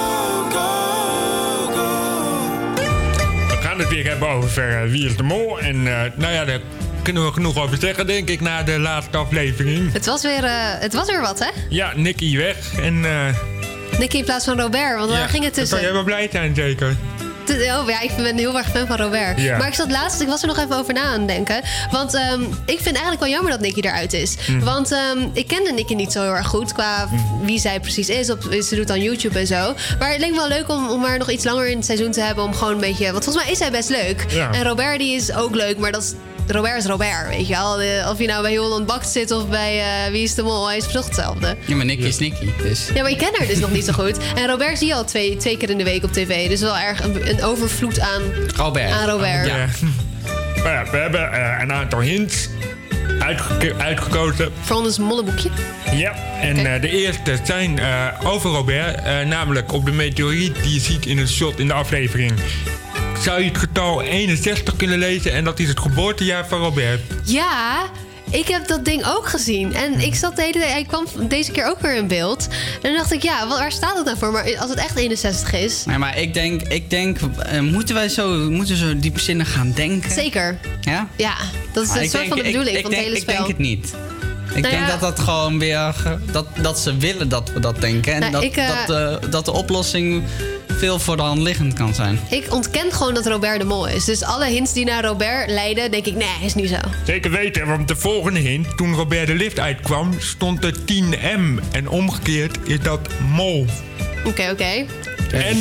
Speaker 6: go, go.
Speaker 8: We gaan het weer hebben over uh, Wie is de Mol. En uh, nou ja, daar kunnen we genoeg over zeggen, denk ik, na de laatste aflevering.
Speaker 9: Het was weer, uh, het was weer wat, hè?
Speaker 8: Ja, Nicky weg. En uh,
Speaker 9: Nicky in plaats van Robert, want
Speaker 8: ja,
Speaker 9: daar ging het
Speaker 8: dan
Speaker 9: tussen.
Speaker 8: kan jij wel blij zijn, zeker.
Speaker 9: T- Oh ja, ik ben heel erg fan van Robert.
Speaker 8: Ja.
Speaker 9: Maar ik zat laatst, ik was er nog even over na aan het denken. Want um, ik vind eigenlijk wel jammer dat Nicky eruit is.
Speaker 8: Mm.
Speaker 9: Want um, ik kende Nicky niet zo heel erg goed qua
Speaker 8: Mm.
Speaker 9: wie zij precies is. Op, ze doet dan YouTube en zo. Maar het leek me wel leuk om, om haar nog iets langer in het seizoen te hebben. Om gewoon een beetje. Want volgens mij is hij best leuk.
Speaker 1: Ja.
Speaker 9: En Robert die is ook leuk, maar dat is. Robert is Robert, weet je wel. De- Of je nou bij Holland Bakt zit of bij uh, Wie is de Mol, hij is toch hetzelfde.
Speaker 1: Ja, maar Nicky is Nicky, dus...
Speaker 9: Ja, maar ik ken haar dus nog niet zo goed. En Robert zie je al twee, twee keer in de week op tv. Dus wel erg een, een overvloed aan
Speaker 1: Robert.
Speaker 9: Aan Robert.
Speaker 8: Ja. Maar ja, we hebben uh, een aantal hints uitge- uitgekozen.
Speaker 9: Voor ons molleboekje.
Speaker 8: Ja, en
Speaker 9: Oké.
Speaker 8: uh, de eerste zijn uh, over Robert. Uh, namelijk op de meteoriet die je ziet in een shot in de aflevering. Zou je het getal eenenzestig kunnen lezen en dat is het geboortejaar van Robert.
Speaker 9: Ja, ik heb dat ding ook gezien. En ik zat de hele tijd, hij kwam deze keer ook weer in beeld. En dan dacht ik, ja, wat- waar staat het nou voor? Maar als het echt eenenzestig is...
Speaker 1: Nee, maar ik denk, ik denk uh, moeten wij zo, moeten we zo diepzinnig gaan denken?
Speaker 9: Zeker.
Speaker 1: Ja?
Speaker 9: Ja, dat is
Speaker 1: Maar
Speaker 9: een
Speaker 1: ik
Speaker 9: soort
Speaker 1: denk-
Speaker 9: van de
Speaker 1: ik-
Speaker 9: bedoeling
Speaker 1: ik
Speaker 9: van het
Speaker 1: denk-
Speaker 9: hele spel.
Speaker 1: Ik denk het niet. Ik
Speaker 9: Nou
Speaker 1: denk
Speaker 9: ja.
Speaker 1: dat dat gewoon weer... ge- Dat, dat ze willen dat we dat denken. En
Speaker 9: Nou,
Speaker 1: dat,
Speaker 9: ik, eh,
Speaker 1: dat, de, dat de oplossing veel voor de hand liggend kan zijn.
Speaker 9: Ik ontken gewoon dat Robert de Mol is. Dus alle hints die naar Robert leiden, denk ik, nee, is niet zo.
Speaker 8: Zeker weten, want de volgende hint, toen Robert de Lift uitkwam, stond er tien M. En omgekeerd is dat mol.
Speaker 9: Oké, oké.
Speaker 8: En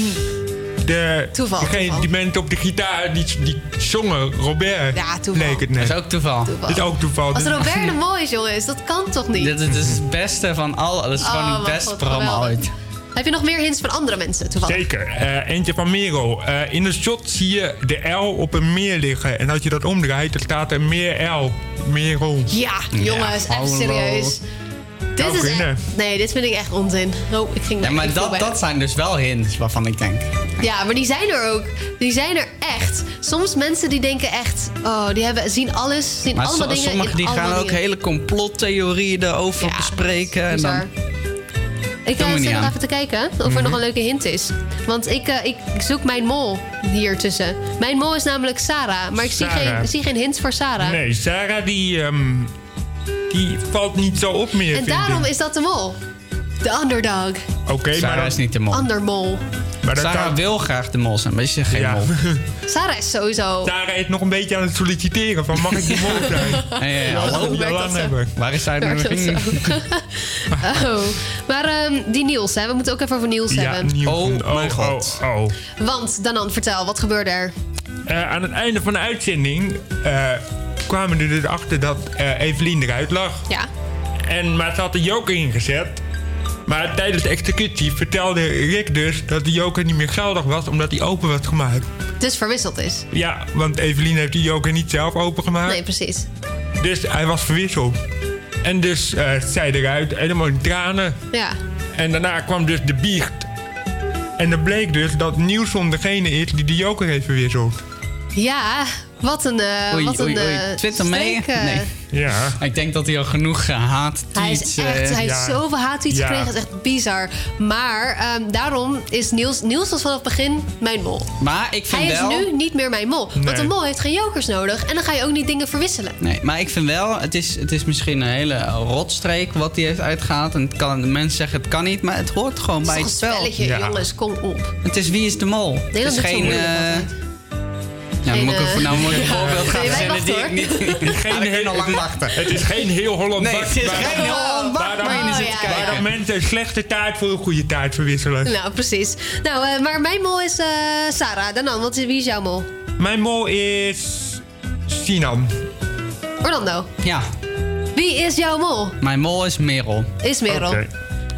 Speaker 8: de,
Speaker 9: Toeval,
Speaker 8: degene,
Speaker 9: toeval.
Speaker 8: die mensen op de gitaar, die, die zongen Robert,
Speaker 9: Ja, toeval.
Speaker 8: leek het net.
Speaker 1: Dat is ook toeval.
Speaker 8: Dat is ook toeval.
Speaker 9: Als
Speaker 8: Dus-
Speaker 9: Robert de Mol is, jongens, dat kan toch niet?
Speaker 1: Dit is, dit is het beste van al. Dat is
Speaker 9: Oh,
Speaker 1: gewoon het
Speaker 9: mijn
Speaker 1: beste
Speaker 9: God,
Speaker 1: programma
Speaker 9: geweldig.
Speaker 1: ooit.
Speaker 9: Heb je nog meer hints van andere mensen, toevallig?
Speaker 8: Zeker. Eh, eentje van Merel. Eh, in de shot zie je de L op een meer liggen. En als je dat omdraait, dan staat er meer L. Merel.
Speaker 9: Ja, jongens, even
Speaker 8: hallo.
Speaker 9: serieus. Dit
Speaker 8: Nou,
Speaker 9: is
Speaker 8: kunnen.
Speaker 9: echt, nee, dit vind ik echt onzin. Oh, ik ging
Speaker 1: Ja, maar
Speaker 9: ik viel
Speaker 1: dat,
Speaker 9: bij-
Speaker 1: dat zijn dus wel hints waarvan ik denk.
Speaker 9: Ja, maar die zijn er ook. Die zijn er echt. Soms mensen die denken echt... Oh, die hebben, zien alles, zien
Speaker 1: Maar
Speaker 9: allemaal
Speaker 1: so-
Speaker 9: dingen
Speaker 1: sommigen
Speaker 9: in
Speaker 1: die
Speaker 9: allemaal
Speaker 1: gaan ook
Speaker 9: dingen.
Speaker 1: hele complottheorieën erover bespreken. En dan,
Speaker 9: bizar. Ik
Speaker 1: Doen
Speaker 9: uh,
Speaker 1: we
Speaker 9: zit
Speaker 1: niet
Speaker 9: nog
Speaker 1: aan.
Speaker 9: even te kijken of er
Speaker 1: Mhm.
Speaker 9: nog een leuke hint is. Want ik, uh, ik zoek mijn mol hier tussen. Mijn mol is namelijk Sarah. Maar ik zie
Speaker 8: Sarah.
Speaker 9: geen, zie geen hints voor Sarah.
Speaker 8: Nee, Sarah die, ehm, die valt niet zo op meer,
Speaker 9: En
Speaker 8: vind
Speaker 9: daarom
Speaker 8: ik.
Speaker 9: is dat de mol. De underdog.
Speaker 8: Oké,
Speaker 1: Sarah
Speaker 8: maar dan-
Speaker 1: is niet de mol.
Speaker 9: Undermol.
Speaker 8: Maar dat
Speaker 1: Sarah
Speaker 8: kan-
Speaker 1: wil graag de mol zijn, maar ze is geen
Speaker 8: Ja.
Speaker 1: mol.
Speaker 9: Sarah is sowieso...
Speaker 8: Sarah is nog een beetje aan het solliciteren van mag ik die mol zijn?
Speaker 1: Hey, hey,
Speaker 8: Dat
Speaker 1: hallo.
Speaker 8: wil je
Speaker 9: Werkt
Speaker 8: al
Speaker 9: dat
Speaker 8: lang
Speaker 9: zo?
Speaker 8: hebben.
Speaker 1: Waar is zij
Speaker 9: Werkt
Speaker 1: nou
Speaker 9: dat
Speaker 1: heen?
Speaker 9: Oh. Maar ehm, die Niels, hè? We moeten ook even over Niels
Speaker 8: Ja,
Speaker 9: hebben.
Speaker 8: nieuw.
Speaker 1: Oh mijn god.
Speaker 8: Oh, oh.
Speaker 9: Want, Danan, vertel, wat gebeurde er?
Speaker 8: Eh, aan het einde van de uitzending eh, kwamen we er dus achter dat eh, Evelien eruit lag.
Speaker 9: Ja.
Speaker 8: En, maar ze had de joker ingezet. Maar tijdens de executie vertelde Rick dus dat de joker niet meer geldig was omdat hij open was gemaakt.
Speaker 9: Dus verwisseld is.
Speaker 8: Ja, want Evelien heeft die joker niet zelf opengemaakt.
Speaker 9: Nee, precies.
Speaker 8: Dus hij was verwisseld. En dus eh zij eruit, helemaal in tranen.
Speaker 9: Ja.
Speaker 8: En daarna kwam dus de biecht. En er bleek dus dat Nielsen degene is die de joker heeft verwisseld.
Speaker 9: Ja, wat een... eh,
Speaker 1: Oei,
Speaker 9: wat een
Speaker 1: oei, oei.
Speaker 9: eh,
Speaker 1: Twitter mee?
Speaker 9: streek, eh.
Speaker 1: Nee.
Speaker 8: Ja.
Speaker 1: Ik denk dat hij al genoeg gehaat
Speaker 9: Hij is
Speaker 1: tweets...
Speaker 9: echt,
Speaker 1: eh,
Speaker 9: hij heeft
Speaker 8: ja.
Speaker 9: zoveel haattweets
Speaker 8: Ja.
Speaker 9: gekregen. Het is echt bizar. Maar ehm, daarom is Niels... Niels was vanaf het begin mijn mol.
Speaker 1: Maar ik vind
Speaker 9: Hij is
Speaker 1: wel...
Speaker 9: nu niet meer mijn mol. Want
Speaker 1: Nee.
Speaker 9: een mol heeft geen jokers nodig. En dan ga je ook niet dingen verwisselen.
Speaker 1: Nee, maar ik vind wel, het is, het is misschien een hele rotstreek wat hij heeft uitgehaald. En het kan, de mensen zeggen het kan niet, maar het hoort gewoon
Speaker 9: Het is
Speaker 1: bij
Speaker 9: toch
Speaker 1: het
Speaker 9: een
Speaker 1: spel.
Speaker 9: spelletje, jongens, kom op.
Speaker 1: Het is Wie is de Mol.
Speaker 9: Nee,
Speaker 1: het
Speaker 9: dat
Speaker 1: is
Speaker 9: is zo
Speaker 1: geen...
Speaker 9: moeilijk
Speaker 1: eh,
Speaker 9: altijd.
Speaker 1: ja,
Speaker 9: Geen,
Speaker 1: moet ik
Speaker 9: eh,
Speaker 1: even, nou moet ik een
Speaker 9: ja.
Speaker 1: voorbeeld gaan
Speaker 9: Nee, wij
Speaker 1: verzinnen die
Speaker 9: wachten,
Speaker 1: ik niet...
Speaker 8: Het is geen,
Speaker 1: Ja, ik
Speaker 8: heel,
Speaker 1: kan al lang wachten.
Speaker 8: het is geen heel Holland
Speaker 1: Nee,
Speaker 8: bak.
Speaker 1: het is
Speaker 8: waar-
Speaker 1: geen heel Holland bak
Speaker 8: waar dan-
Speaker 1: waar je naar zit te
Speaker 9: Oh, ja.
Speaker 8: Waar
Speaker 1: kijken.
Speaker 8: dan mensen een slechte taart voor een goede taart verwisselen.
Speaker 9: Nou, precies. Nou, eh, maar mijn mol is eh, Sarah. Danan, wat is, wie is jouw mol?
Speaker 8: Mijn mol is Sinan.
Speaker 9: Orlando.
Speaker 1: Ja,
Speaker 9: Wie is jouw mol?
Speaker 1: mijn mol is Merel.
Speaker 9: Is Merel.
Speaker 8: Oké.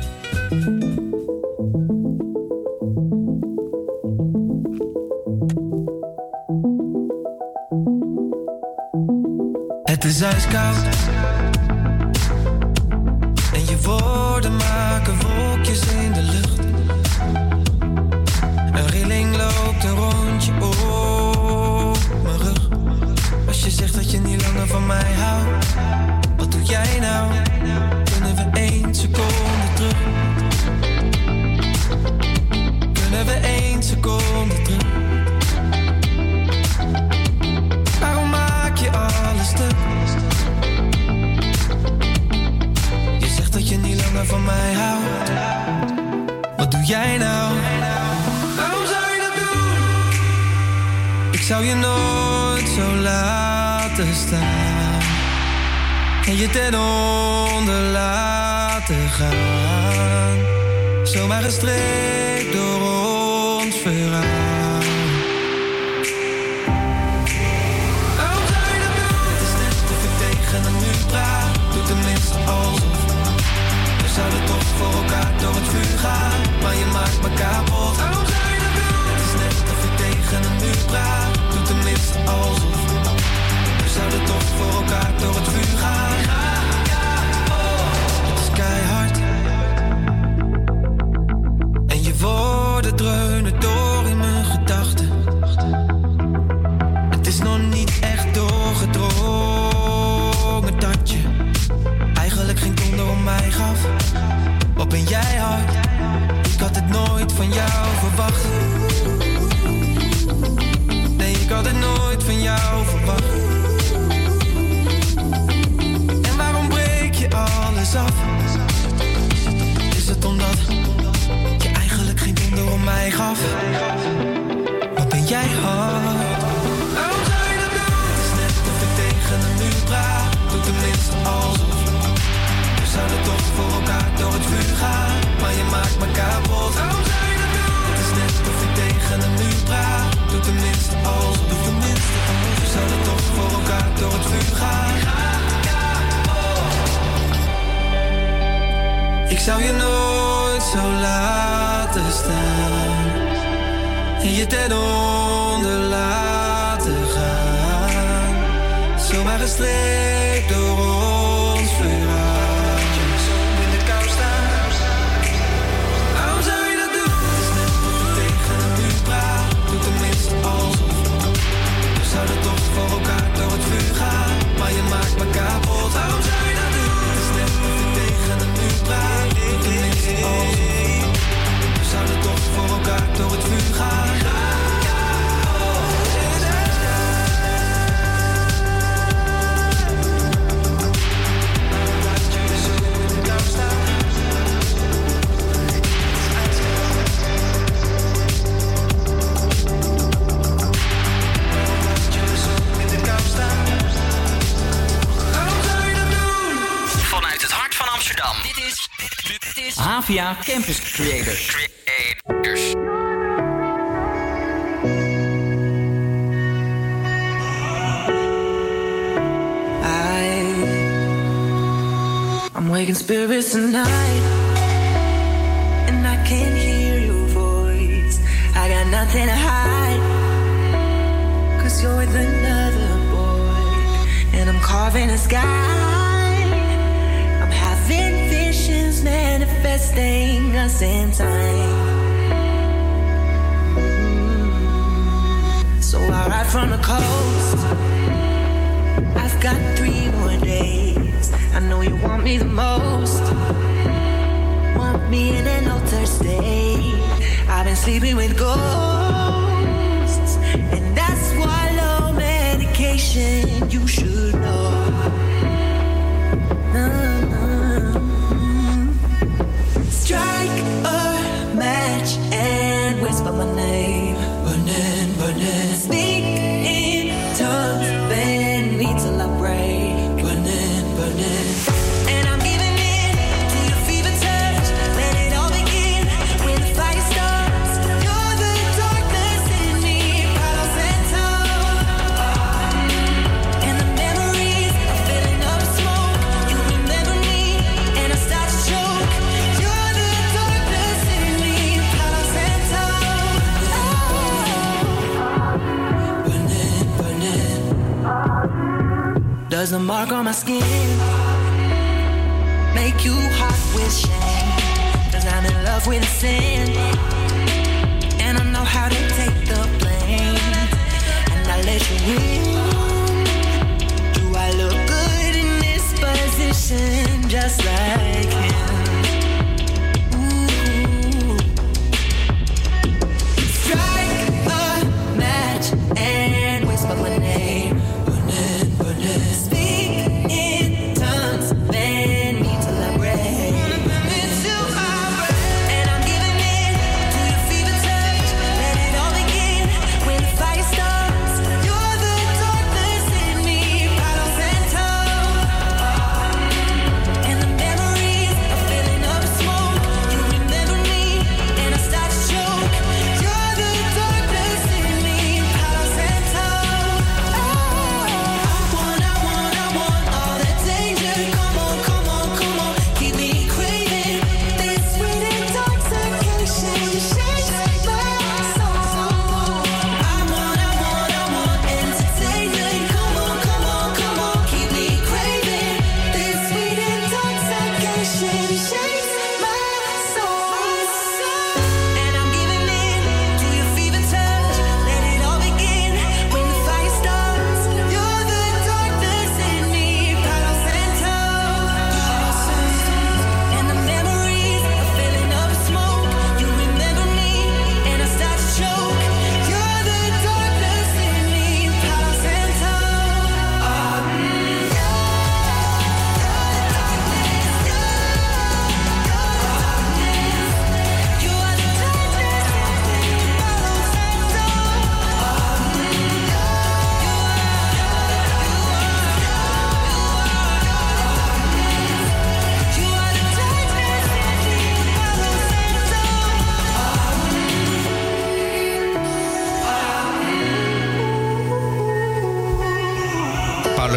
Speaker 6: Het is ijskoud en je woorden maken wolkjes in de lucht. Een rilling loopt een rondje op mijn rug. Als je zegt dat je niet langer van mij houdt, wat doe jij nou? Kunnen we één seconde terug? Kunnen we één seconde terug? Waarom maak je alles stuk? Je zegt dat je niet langer van mij houdt. Wat doe jij nou? Waarom zou je dat doen? Ik zou je nooit zo laten staan en je ten onder laten gaan. Zomaar gestreept door ons verhaal. Waarom zou je dat doen? Het is net of ik tegen een muur praat. Doe tenminste alsof. We zouden toch voor elkaar door het vuur gaan, maar je maakt me kapot. Waarom zou je dat doen? Het is net of ik tegen een muur praat. Doe tenminste alsof. We zouden toch voor elkaar door het vuur gaan. Het is keihard en je woorden dreunen door in mijn gedachten. Het is nog niet echt doorgedrongen dat je eigenlijk geen donder om mij gaf. Wat ben jij hard? Ik had het nooit van jou verwacht. Nee, ik had het nooit van jou verwacht. En waarom breek je al eens af. Is het omdat je eigenlijk geen donder om mij gaf? Wat ben jij hard? Waarom zou je dat doen? Het is net of ik tegen een muur praat. Doe tenminste alsof. We zouden toch voor elkaar door het vuur gaan. Maar je maakt me kapot. Waarom zou je dat doen? Het is net of ik tegen een muur praat. Doe tenminste alsof. Doe tenminste alsof. We zouden toch voor elkaar door het vuur gaan. Ik zou je nooit zo laten staan en je ten onder laten gaan. Zomaar gestreept door ons vuurraadjes in de kou staan. Waarom zou je dat doen? Het is net of ik tegen een muur praat. Doe tenminste alsof. We zouden toch voor elkaar door het vuur gaan. Maar je maakt me kapot. Waarom zou je dat doen? Het is net of ik tegen een muur praat. We zouden toch voor elkaar door het vuur gaan.
Speaker 12: Vanuit het hart van Amsterdam. Dit is, dit is Havia Campus Creators. Creators.
Speaker 6: I, I'm waking spirits tonight, and I can't hear your voice. I got nothing to hide, cause you're with another boy, and I'm carving a sky. I'm having visions manifesting us in time. So I ride from the coast. I've got three more days. I know you want me the most. Want me in an altered state. I've been sleeping with ghosts, and that's why low medication you should know. Uh-huh. Strike a match and whisper my name. Burning, burning. Speak in tongues, bend me till I break. Burning, burning. And I'm giving in to your fever touch. Let it all begin when the fire starts. You're the darkness in me, Palo Santo. And the memories are filling up smoke. You remember me, and I start to choke. You're the darkness in me, Palo Santo. Burning, burning. Does the mark on my skin make you hot with shame? 'Cause I'm in love with sin, and I know how to take the blame, and I let you in. Do I look good in this position, just like him? Ooh. Strike a match and whisper my name. Burning, burning. Speak in tongues, bend me till I break. And I'm giving in to your fever touch. Let it all begin when the fire starts. You're the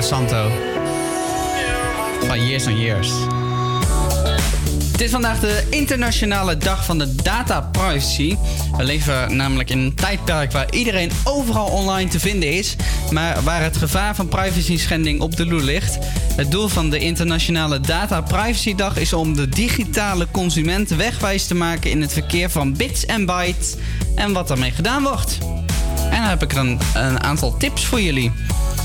Speaker 1: Santo. Van Years on Years. Het is vandaag de internationale dag van de data privacy. We leven namelijk in een tijdperk waar iedereen overal online te vinden is, maar waar het gevaar van privacy schending op de loer ligt. Het doel van de internationale data privacy dag is om de digitale consument wegwijs te maken in het verkeer van bits en bytes en wat daarmee gedaan wordt. En dan heb ik een, een aantal tips voor jullie.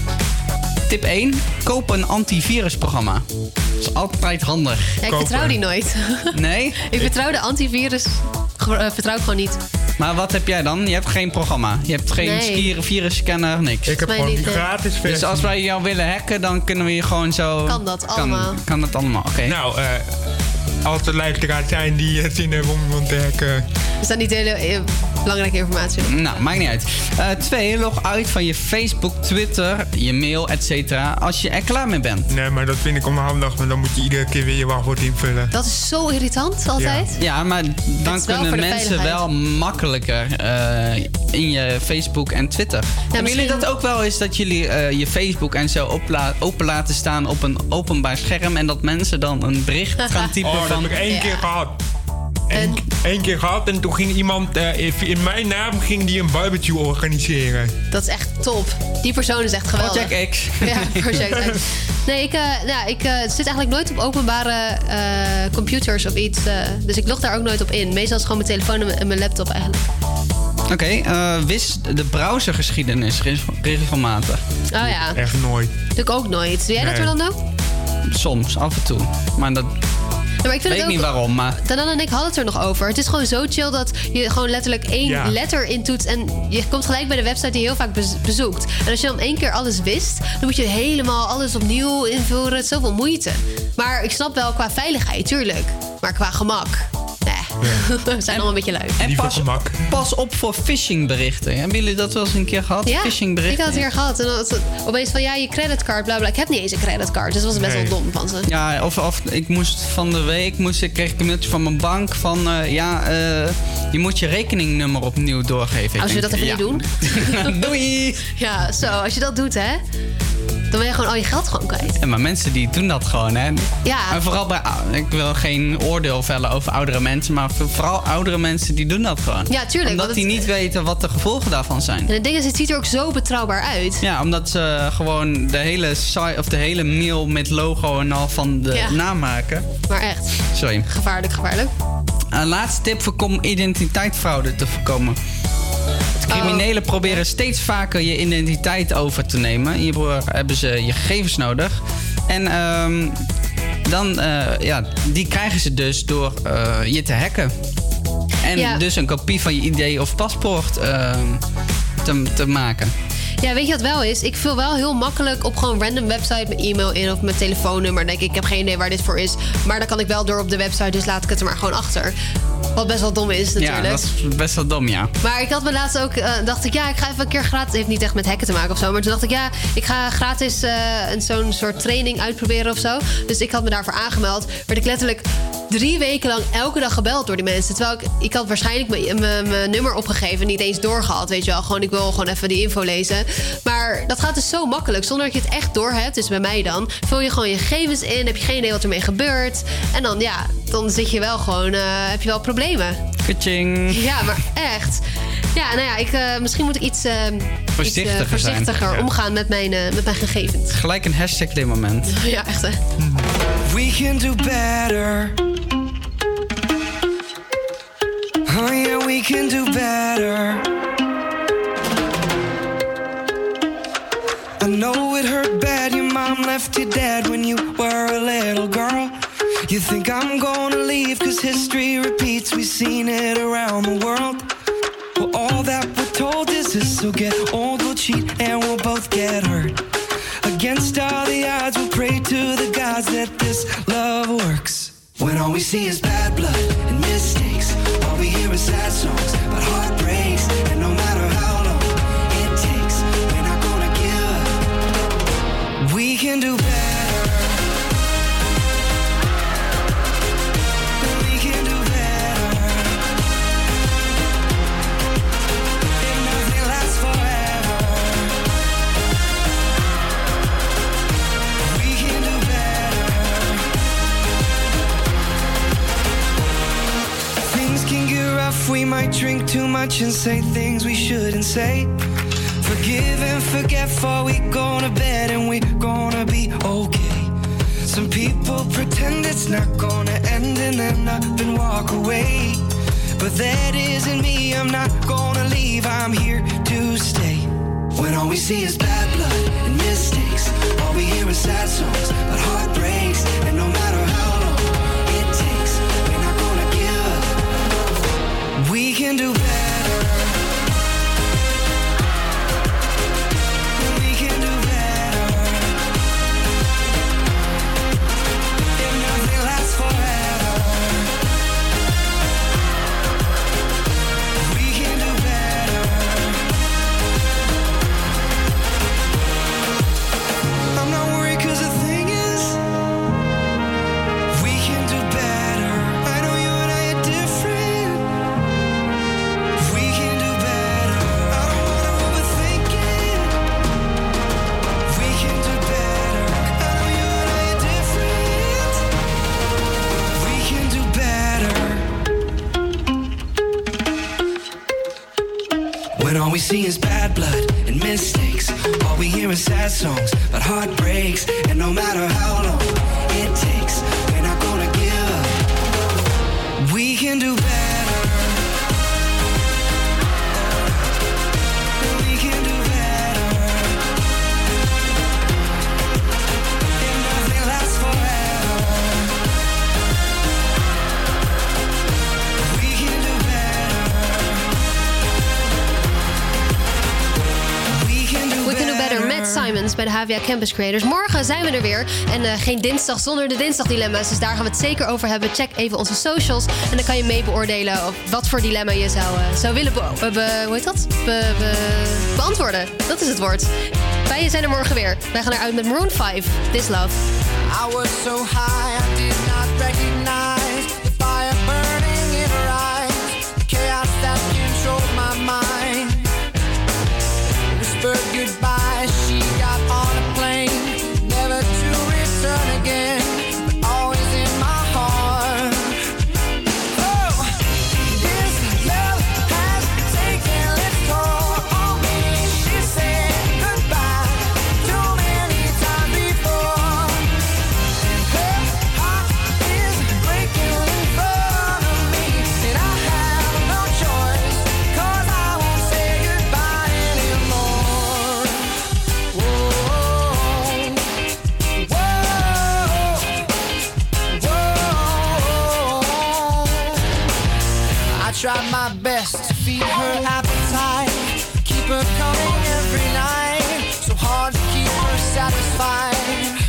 Speaker 1: Tip één. Koop een antivirusprogramma. Dat is altijd handig.
Speaker 9: Ja, ik vertrouw die nooit.
Speaker 1: Nee?
Speaker 9: Ik vertrouw de antivirus. Uh, vertrouw ik gewoon niet.
Speaker 1: Maar wat heb jij dan? Je hebt geen programma. Je hebt geen
Speaker 9: Nee.
Speaker 1: virusscanner, niks.
Speaker 8: Ik heb
Speaker 9: Mij
Speaker 8: gewoon
Speaker 9: niet,
Speaker 8: die
Speaker 9: eh.
Speaker 8: gratis versie.
Speaker 1: Dus als wij jou willen hacken, dan kunnen we je gewoon zo...
Speaker 9: Kan dat allemaal.
Speaker 1: Kan dat allemaal, oké.
Speaker 8: Nou, eh als er luisteraars zijn die het zin hebben om iemand te hacken.
Speaker 9: Er staat niet hele eh, belangrijke informatie op.
Speaker 1: Nou, maakt niet uit. Uh, twee, log uit van je Facebook, Twitter, je mail, et cetera. Als je er klaar mee bent.
Speaker 8: Nee, maar dat vind ik onhandig, want dan moet je iedere keer weer je wachtwoord invullen.
Speaker 9: Dat is zo irritant, altijd.
Speaker 1: Ja, maar dan
Speaker 9: is wel
Speaker 1: kunnen
Speaker 9: voor de
Speaker 1: mensen
Speaker 9: veiligheid.
Speaker 1: wel makkelijker uh, in je Facebook en Twitter. Hebben jullie
Speaker 9: misschien-
Speaker 1: dat ook wel eens, dat jullie uh, je Facebook en zo opla- open laten staan op een openbaar scherm en dat mensen dan een bericht gaan typen
Speaker 8: Oh, dat
Speaker 1: van...
Speaker 8: heb ik één
Speaker 9: Ja.
Speaker 8: keer gehad. Eén, één keer gehad en toen ging iemand, uh, in mijn naam ging die een barbecue organiseren.
Speaker 9: Dat is echt top. Die persoon is echt geweldig.
Speaker 1: Project X.
Speaker 9: Ja, Project X. Nee, ik, uh, nou, ik uh, zit eigenlijk nooit op openbare uh, computers of iets. Uh, dus ik log daar ook nooit op in. Meestal is het gewoon mijn telefoon en mijn- en mijn laptop eigenlijk.
Speaker 1: Oké, okay, uh, wist de browsergeschiedenis re- regelmatig?
Speaker 9: Oh ja.
Speaker 8: Echt nooit.
Speaker 9: Doe ik ook nooit. Doe jij dat,
Speaker 1: Nee.
Speaker 9: Rolando?
Speaker 1: Soms, af en toe. Maar dat
Speaker 9: Ja, maar ik vind
Speaker 1: weet
Speaker 9: het ook,
Speaker 1: niet waarom, maar...
Speaker 9: Danan en ik hadden het er nog over. Het is gewoon zo chill dat je gewoon letterlijk één
Speaker 1: Ja.
Speaker 9: letter intoet en je komt gelijk bij de website die je heel vaak bez- bezoekt. En als je dan één keer alles wist, dan moet je helemaal alles opnieuw invullen. Het is zoveel moeite. Maar ik snap wel qua veiligheid, tuurlijk. Maar qua gemak, nee. We zijn allemaal een beetje lui.
Speaker 1: En pas, pas op voor phishingberichten. Hebben jullie dat wel eens een keer gehad?
Speaker 9: Ja,
Speaker 1: Phishingberichten?
Speaker 9: ik had het hier gehad. En dan was het opeens van, ja, je creditcard, bla bla. Ik heb niet eens een creditcard, dus dat was best
Speaker 1: Nee.
Speaker 9: wel dom van ze.
Speaker 1: Ja, of, of ik moest van de week moest ik, kreeg ik een mailtje van mijn bank van... uh, ja, uh, je moet je rekeningnummer opnieuw doorgeven.
Speaker 9: Als
Speaker 1: Ik
Speaker 9: je dat
Speaker 1: denk,
Speaker 9: even
Speaker 1: ja.
Speaker 9: niet doen.
Speaker 1: Doei!
Speaker 9: Ja, zo, als je dat doet, hè, dan ben je gewoon al je geld gewoon kwijt.
Speaker 1: Ja, maar mensen die doen dat gewoon, hè.
Speaker 9: Ja.
Speaker 1: En vooral bij... Ik wil geen oordeel vellen over oudere mensen... maar vooral oudere mensen die doen dat gewoon.
Speaker 9: Ja, tuurlijk,
Speaker 1: Omdat
Speaker 9: want
Speaker 1: die
Speaker 9: het-
Speaker 1: niet weten wat de gevolgen daarvan zijn.
Speaker 9: En het ding is, het ziet er ook zo betrouwbaar uit.
Speaker 1: Ja, omdat ze gewoon de hele site of de hele mail met logo en al van de
Speaker 9: Ja.
Speaker 1: naam maken.
Speaker 9: Maar echt,
Speaker 1: Sorry.
Speaker 9: gevaarlijk, gevaarlijk.
Speaker 1: Een laatste tip voorkom identiteitsfraude te voorkomen. Criminelen proberen steeds vaker je identiteit over te nemen. Hiervoor hebben ze je gegevens nodig. En ehm, dan, eh, ja, die krijgen ze dus door eh, je te hacken. En
Speaker 9: Ja.
Speaker 1: dus een kopie van je I D of paspoort ehm, te, te maken.
Speaker 9: Ja, weet je wat wel is? Ik vul wel heel makkelijk op gewoon random website mijn e-mail in of mijn telefoonnummer. Dan denk ik, ik heb geen idee waar dit voor is. Maar dan kan ik wel door op de website, dus laat ik het er maar gewoon achter. Wat best wel dom is natuurlijk.
Speaker 1: Ja, dat is best wel dom, ja.
Speaker 9: Maar ik had me laatst ook, uh, dacht ik, ja, ik ga even een keer gratis. Het heeft niet echt met hacken te maken of zo. Maar toen dacht ik, ja, ik ga gratis uh, een zo'n soort training uitproberen of zo. Dus ik had me daarvoor aangemeld. Werd ik letterlijk drie weken lang elke dag gebeld door die mensen. Terwijl ik, ik had waarschijnlijk mijn- mijn mijn nummer opgegeven, niet eens doorgehad, weet je wel. Gewoon, ik wil gewoon even die info lezen. Maar dat gaat dus zo makkelijk, zonder dat je het echt door hebt. Dus bij mij dan, vul je gewoon je gegevens in, heb je geen idee wat ermee gebeurt. En dan, ja, dan zit je wel gewoon, uh, heb je wel problemen.
Speaker 1: Kaching.
Speaker 9: Ja, maar echt. Ja, nou ja, ik, uh, misschien moet ik iets, uh,
Speaker 1: Voorzichtiger
Speaker 9: iets uh, voorzichtiger
Speaker 1: zijn. Ja.
Speaker 9: omgaan met mijn, uh, met mijn gegevens.
Speaker 1: Gelijk een hashtag dit moment.
Speaker 9: Ja, echt hè.
Speaker 19: We can do better. Oh yeah, we can do better. I know it hurt bad. Your mom left you dead when you were a little girl. You think I'm gonna leave cause history repeats. We've seen it around the world. Well, all that we're told is this. So get old, we'll cheat, and we'll both get hurt. Against all the odds, we'll pray to the gods that this love works. When all we see is bad blood and mistakes, all we hear is sad songs about heartbreaks. And no matter how long it takes, we're not gonna give up. We can do better. We can do better. And nothing lasts forever.
Speaker 20: life we might drink too much and say things we shouldn't say. Forgive and forget before we go to bed and we gonna be okay. Some people pretend it's not gonna end and then up and walk away. But that isn't me, I'm not gonna leave, I'm here to stay. When all we see is bad blood and mistakes, all we hear is sad songs, but heartbreaks. And no matter how long it takes, we're not gonna give up. We can do better. We can do better. If nothing lasts forever, we can do better. I'm not worried 'cause the thing is, we can do better. I know you and I are different. We can do better. I don't wanna overthink it. We can do better. I know you and I are different. We can do better. When all we see is bad blood and mistakes, all we hear is sad songs, but heartbreaks. And no matter how long it takes, we're not gonna give up. We can do better. We can do better. If nothing lasts forever, we can do better. We can do
Speaker 9: We can do better. Matt Simons bij de H V A Campus Creators. Morgen zijn we er weer. En uh, geen dinsdag zonder de dinsdagdilemma's. Dus daar gaan we het zeker over hebben. Check even onze socials. En dan kan je mee beoordelen op wat voor dilemma je zou, uh, zou willen be- be- hoe heet dat? Be- be- beantwoorden. Dat is het woord. Wij zijn er morgen weer. Wij gaan eruit met Maroon vijf. This Love.
Speaker 6: I was so high, I did not recognize the fire burning in her eyes, the chaos that controlled my mind. Whispered goodbye, she got on a plane, never to return again, but always in my heart. Oh, this love has taken its toll on me. She said goodbye too many times before. Her heart is breaking in front of me, and I have no choice, 'cause I won't say goodbye anymore. Whoa, whoa, whoa. I tried my best to feed her appetite, keep her coming every night, so hard to keep her satisfied.